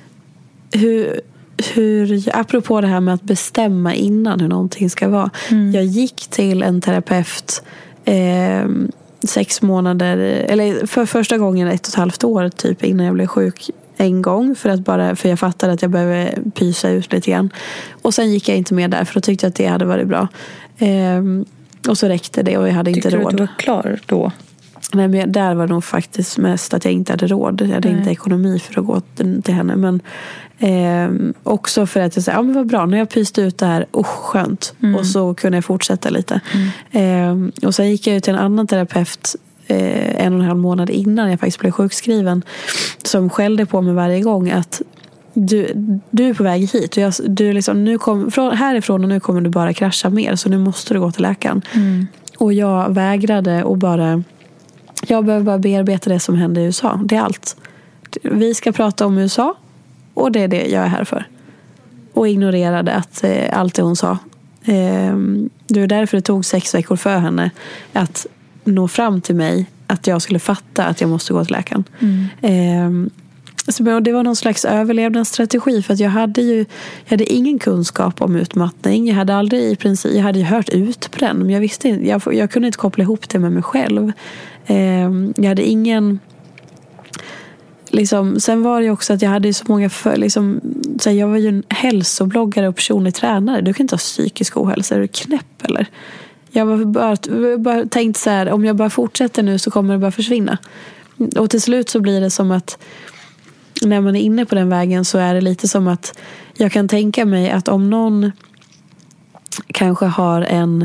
apropå det här med att bestämma innan hur någonting ska vara. Jag gick till en terapeut 6 månader, eller för första gången 1,5 år typ innan jag blev sjuk en gång, för jag fattade att jag behövde pysa ut lite grann. Och sen gick jag inte med där, för då tyckte jag att det hade varit bra. Och så räckte det, och jag hade inte råd. Tyckte du att du var klar då? Nej, men där var det nog faktiskt mest att jag inte hade råd. Jag hade inte ekonomi för att gå till henne. Men också för att jag sa, men vad bra, när jag pyste ut det här, skönt. Och så kunde jag fortsätta lite. Och sen gick jag ut till en annan terapeut 1,5 månad innan jag faktiskt blev sjukskriven, som skällde på mig varje gång att du är på väg hit, och du liksom, nu härifrån och nu kommer du bara krascha mer, så nu måste du gå till läkaren. Och jag vägrade, och jag behöver bara bearbeta det som hände i USA. Det är allt. Vi ska prata om USA, och det är det jag är här för. Och ignorerade att allt det hon sa. Det var därför det tog 6 veckor för henne att nå fram till mig, att jag skulle fatta att jag måste gå till läkaren. Så det var någon slags överlevnadsstrategi, för att jag hade ingen kunskap om utmattning. Jag hade ju hört ut på den, men jag visste inte, jag kunde inte koppla ihop det med mig själv. Jag hade ingen liksom, sen var det ju också att jag hade så många så jag var ju en hälsobloggare och personlig tränare. Du kan inte ha psykisk ohälsa, är du knäpp eller? Jag var bara tänkt så här, om jag bara fortsätter nu så kommer det bara försvinna. Och till slut så blir det som att när man är inne på den vägen så är det lite som att jag kan tänka mig att om någon kanske har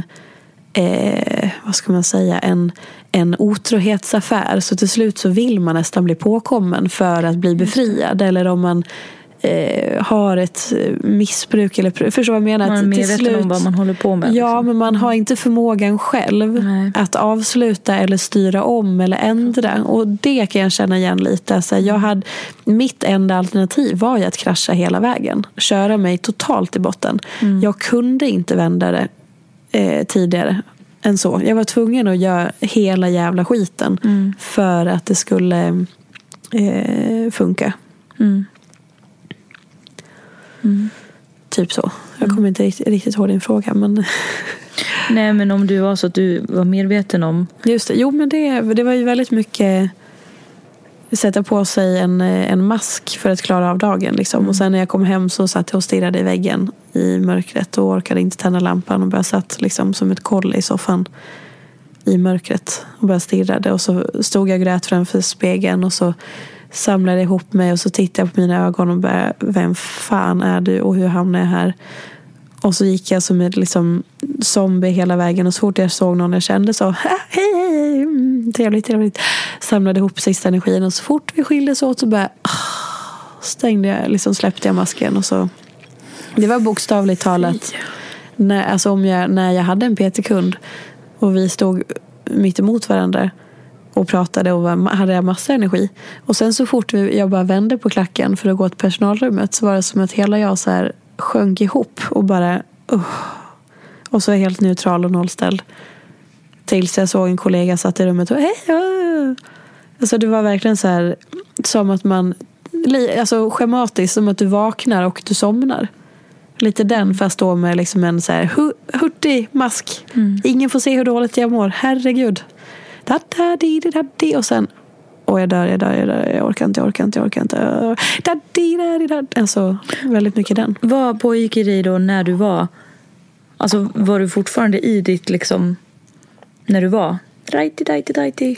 vad ska man säga, en otrohetsaffär, så till slut så vill man nästan bli påkommen för att bli befriad. Eller om man har ett missbruk eller, förstår vad jag menar, man är medveten om vad man håller på med. Ja, men man har inte förmågan själv att avsluta eller styra om eller ändra. Och det kan jag känna igen lite. Alltså, mitt enda alternativ var ju att krascha hela vägen, köra mig totalt i botten. Jag kunde inte vända det tidigare än så. Jag var tvungen att göra hela jävla skiten för att det skulle funka. Typ så. Jag kommer inte riktigt ihåg din fråga, men nej, men om du var så att du var medveten om. Just det. Jo, men det var ju väldigt mycket sätta på sig en mask för att klara av dagen liksom. Och sen när jag kom hem så satt jag och stirrade i väggen i mörkret och orkade inte tända lampan och bara satt liksom som ett koll i soffan i mörkret och bara stirrade. Och så stod jag och grät framför spegeln och så samlade ihop mig och så tittade jag på mina ögon och bara, vem fan är du och hur hamnade jag här? Och så gick jag som en liksom zombie hela vägen, och så fort jag såg någon jag kände så hej, trevligt, samlade ihop sista energin, och så fort vi skildes åt så bara släppte jag masken. Och så det var bokstavligt talat när jag hade en PT-kund och vi stod mitt emot varandra och pratade och hade massa energi. Och sen så fort jag bara vände på klacken för att gå till personalrummet så var det som att hela jag så här sjönk ihop och bara och så helt neutral och nollställd. Tills jag såg en kollega satt i rummet och hej. Alltså det var verkligen så här som att man, alltså schematiskt, som att du vaknar och du somnar. Lite den, fast då med liksom en så här hurtig mask. Ingen får se hur dåligt jag mår. Herregud. Och sen jag dör, jag orkar inte. Alltså väldigt mycket den. Vad pågick i dig då när du var, alltså var du fortfarande i ditt liksom, när du var righty?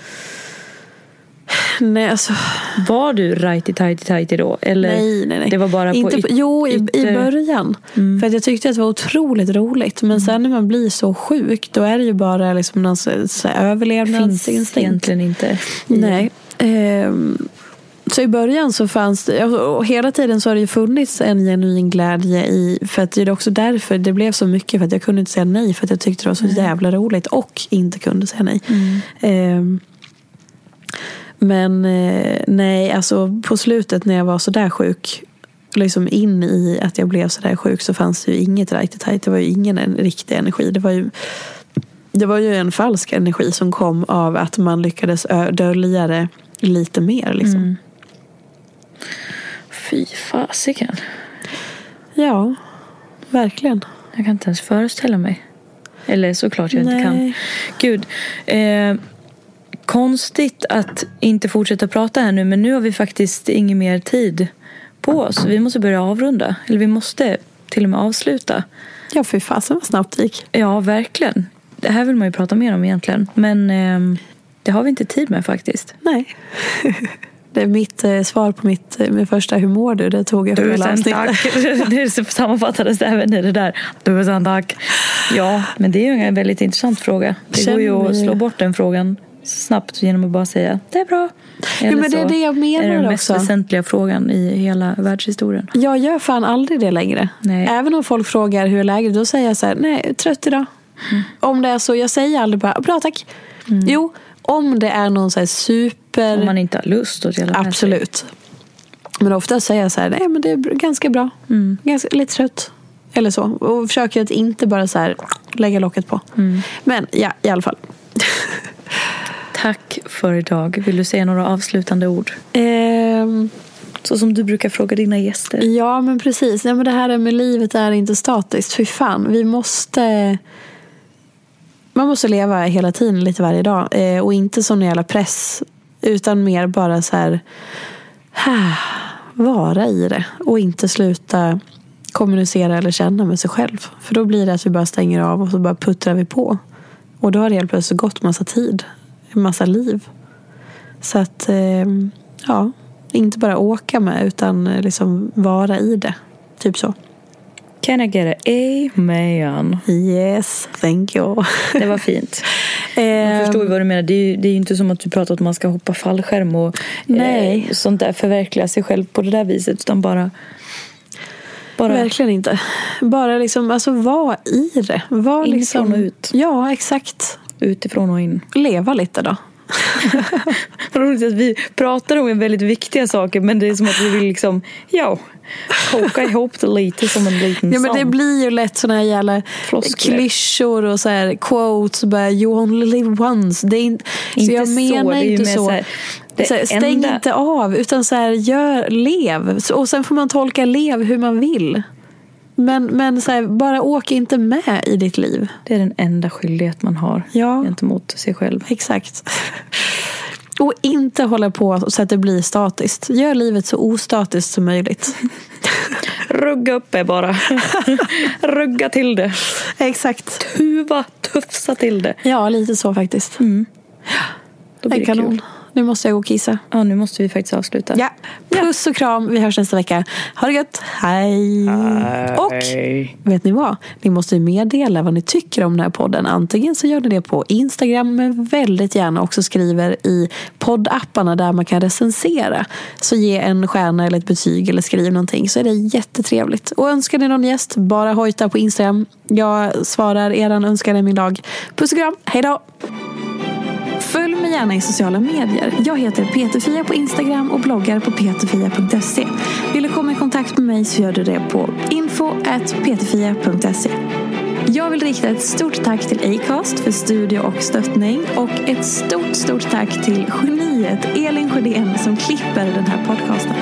Nej, alltså var du righty då? Eller nej. Det var bara inte i början. För att jag tyckte att det var otroligt roligt. Men sen när man blir så sjuk, då är det ju bara liksom någon så överlevnadsinstinkt. Finns egentligen inte. Nej. Så i början så fanns det, och hela tiden så har det ju funnits en genuin glädje i, för att det är också därför det blev så mycket, för att jag kunde inte säga nej, för att jag tyckte det var så jävla roligt och inte kunde säga nej. Men nej, alltså på slutet när jag var så där sjuk, liksom in i att jag blev så där sjuk, så fanns det ju inget riktigt. Det var ju ingen riktig energi. Det var ju en falsk energi som kom av att man lyckades dölja det lite mer liksom. Fy fasiken. Ja, verkligen. Jag kan inte ens föreställa mig. Eller såklart jag inte kan. Gud, konstigt att inte fortsätta prata här nu, men nu har vi faktiskt ingen mer tid på oss. Vi måste börja avrunda. Eller vi måste till och med avsluta. Ja, för fasen vad snabbt det gick. Ja, verkligen. Det här vill man ju prata mer om egentligen. Men det har vi inte tid med faktiskt. Nej. Det är mitt svar på min första hur mår du? Det tog jag för hela avsnittet. Det sammanfattades även i det där. Tusen tack. Ja, men det är ju en väldigt intressant fråga. Det går ju att slå bort den frågan snabbt genom att bara säga det är bra. Ja, men det är det jag menar också. Är den mest väsentliga frågan i hela världshistorien. Jag gör fan aldrig det längre. Nej. Även om folk frågar hur är läget, då säger jag så här, nej, trött idag. Om det är så, jag säger aldrig bara, bra tack. Jo, om det är någon så här super... Om man inte har lust att dela. Absolut. Men ofta säger jag så här, nej men det är ganska bra. Lite trött. Eller så. Och försöker att inte bara så här lägga locket på. Men ja, i alla fall. Tack för idag. Vill du säga några avslutande ord? Så som du brukar fråga dina gäster. Ja, men precis. Ja, men det här med livet är inte statiskt. Fy fan, man måste leva hela tiden lite varje dag. Och inte sån jävla press Utan mer bara så här vara i det. Och inte sluta kommunicera eller känna med sig själv. För då blir det att vi bara stänger av och så bara puttrar vi på. Och då har det helt plötsligt gått massa tid. En massa liv. Så att, ja, inte bara åka med utan liksom vara i det. Typ så. Can I get a amen? Yes, thank you. Det var fint. Jag förstår vad du menar. Det är ju inte som att du pratar att man ska hoppa fallskärm och sånt där, förverkliga sig själv på det där viset, utan bara... Verkligen inte. Bara liksom, alltså var i det. Var inifrån liksom, och ut. Ja, exakt. Utifrån och in. Leva lite då. Roligt att vi pratar om väldigt viktiga saker, men det är som att vi vill liksom, koka ihop det lite som en liten sång. Men det blir ju lätt såna här jävla klyschor och så här quotes, bara you only live once. Det är inte så jag menar det inte så. Stäng inte av, utan så här, lev. Och sen får man tolka lev hur man vill. Men så här, bara åk inte med i ditt liv. Det är den enda skyldighet man har gentemot sig själv. Exakt. Och inte hålla på så att det blir statiskt. Gör livet så ostatiskt som möjligt. Rugga upp är bara. Rugga till det. Exakt. Tufsa till det. Ja, lite så faktiskt. Då blir det kanon. Kul. Nu måste jag gå och kissa. Ja, nu måste vi faktiskt avsluta. Ja. Puss och kram. Vi hörs nästa vecka. Ha det gött. Hej. Och vet ni vad? Ni måste meddela vad ni tycker om den här podden. Antingen så gör ni det på Instagram, men väldigt gärna också skriver i poddapparna där man kan recensera. Så ge en stjärna eller ett betyg eller skriv någonting, så är det jättetrevligt. Och önskar ni någon gäst, bara hojta på Instagram. Jag svarar eran önskan i min dag. Puss och kram. Hej då. Följ mig gärna i sociala medier. Jag heter Peterfia på Instagram och bloggar på peterfia.se. Vill du komma i kontakt med mig så gör du det på info@peterfia.se. Jag vill rikta ett stort tack till Acast för studio och stöttning. Och ett stort tack till geniet Elin Sjödén som klipper den här podcasten.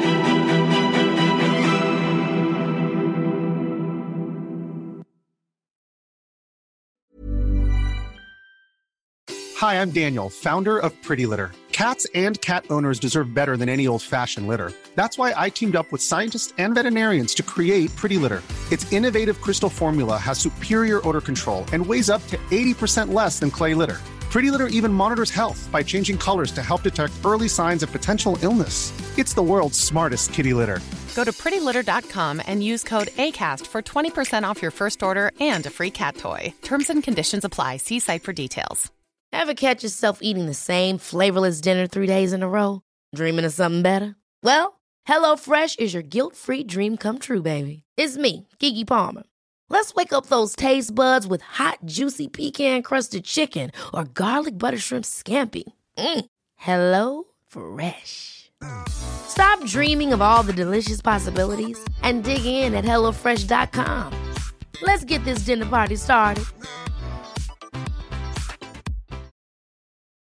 Hi, I'm Daniel, founder of Pretty Litter. Cats and cat owners deserve better than any old-fashioned litter. That's why I teamed up with scientists and veterinarians to create Pretty Litter. Its innovative crystal formula has superior odor control and weighs up to 80% less than clay litter. Pretty Litter even monitors health by changing colors to help detect early signs of potential illness. It's the world's smartest kitty litter. Go to prettylitter.com and use code ACAST for 20% off your first order and a free cat toy. Terms and conditions apply. See site for details. Ever catch yourself eating the same flavorless dinner 3 days in a row? Dreaming of something better? Well, HelloFresh is your guilt-free dream come true, baby. It's me, Keke Palmer. Let's wake up those taste buds with hot, juicy pecan-crusted chicken or garlic butter shrimp scampi. Hello Fresh. Stop dreaming of all the delicious possibilities and dig in at HelloFresh.com. Let's get this dinner party started.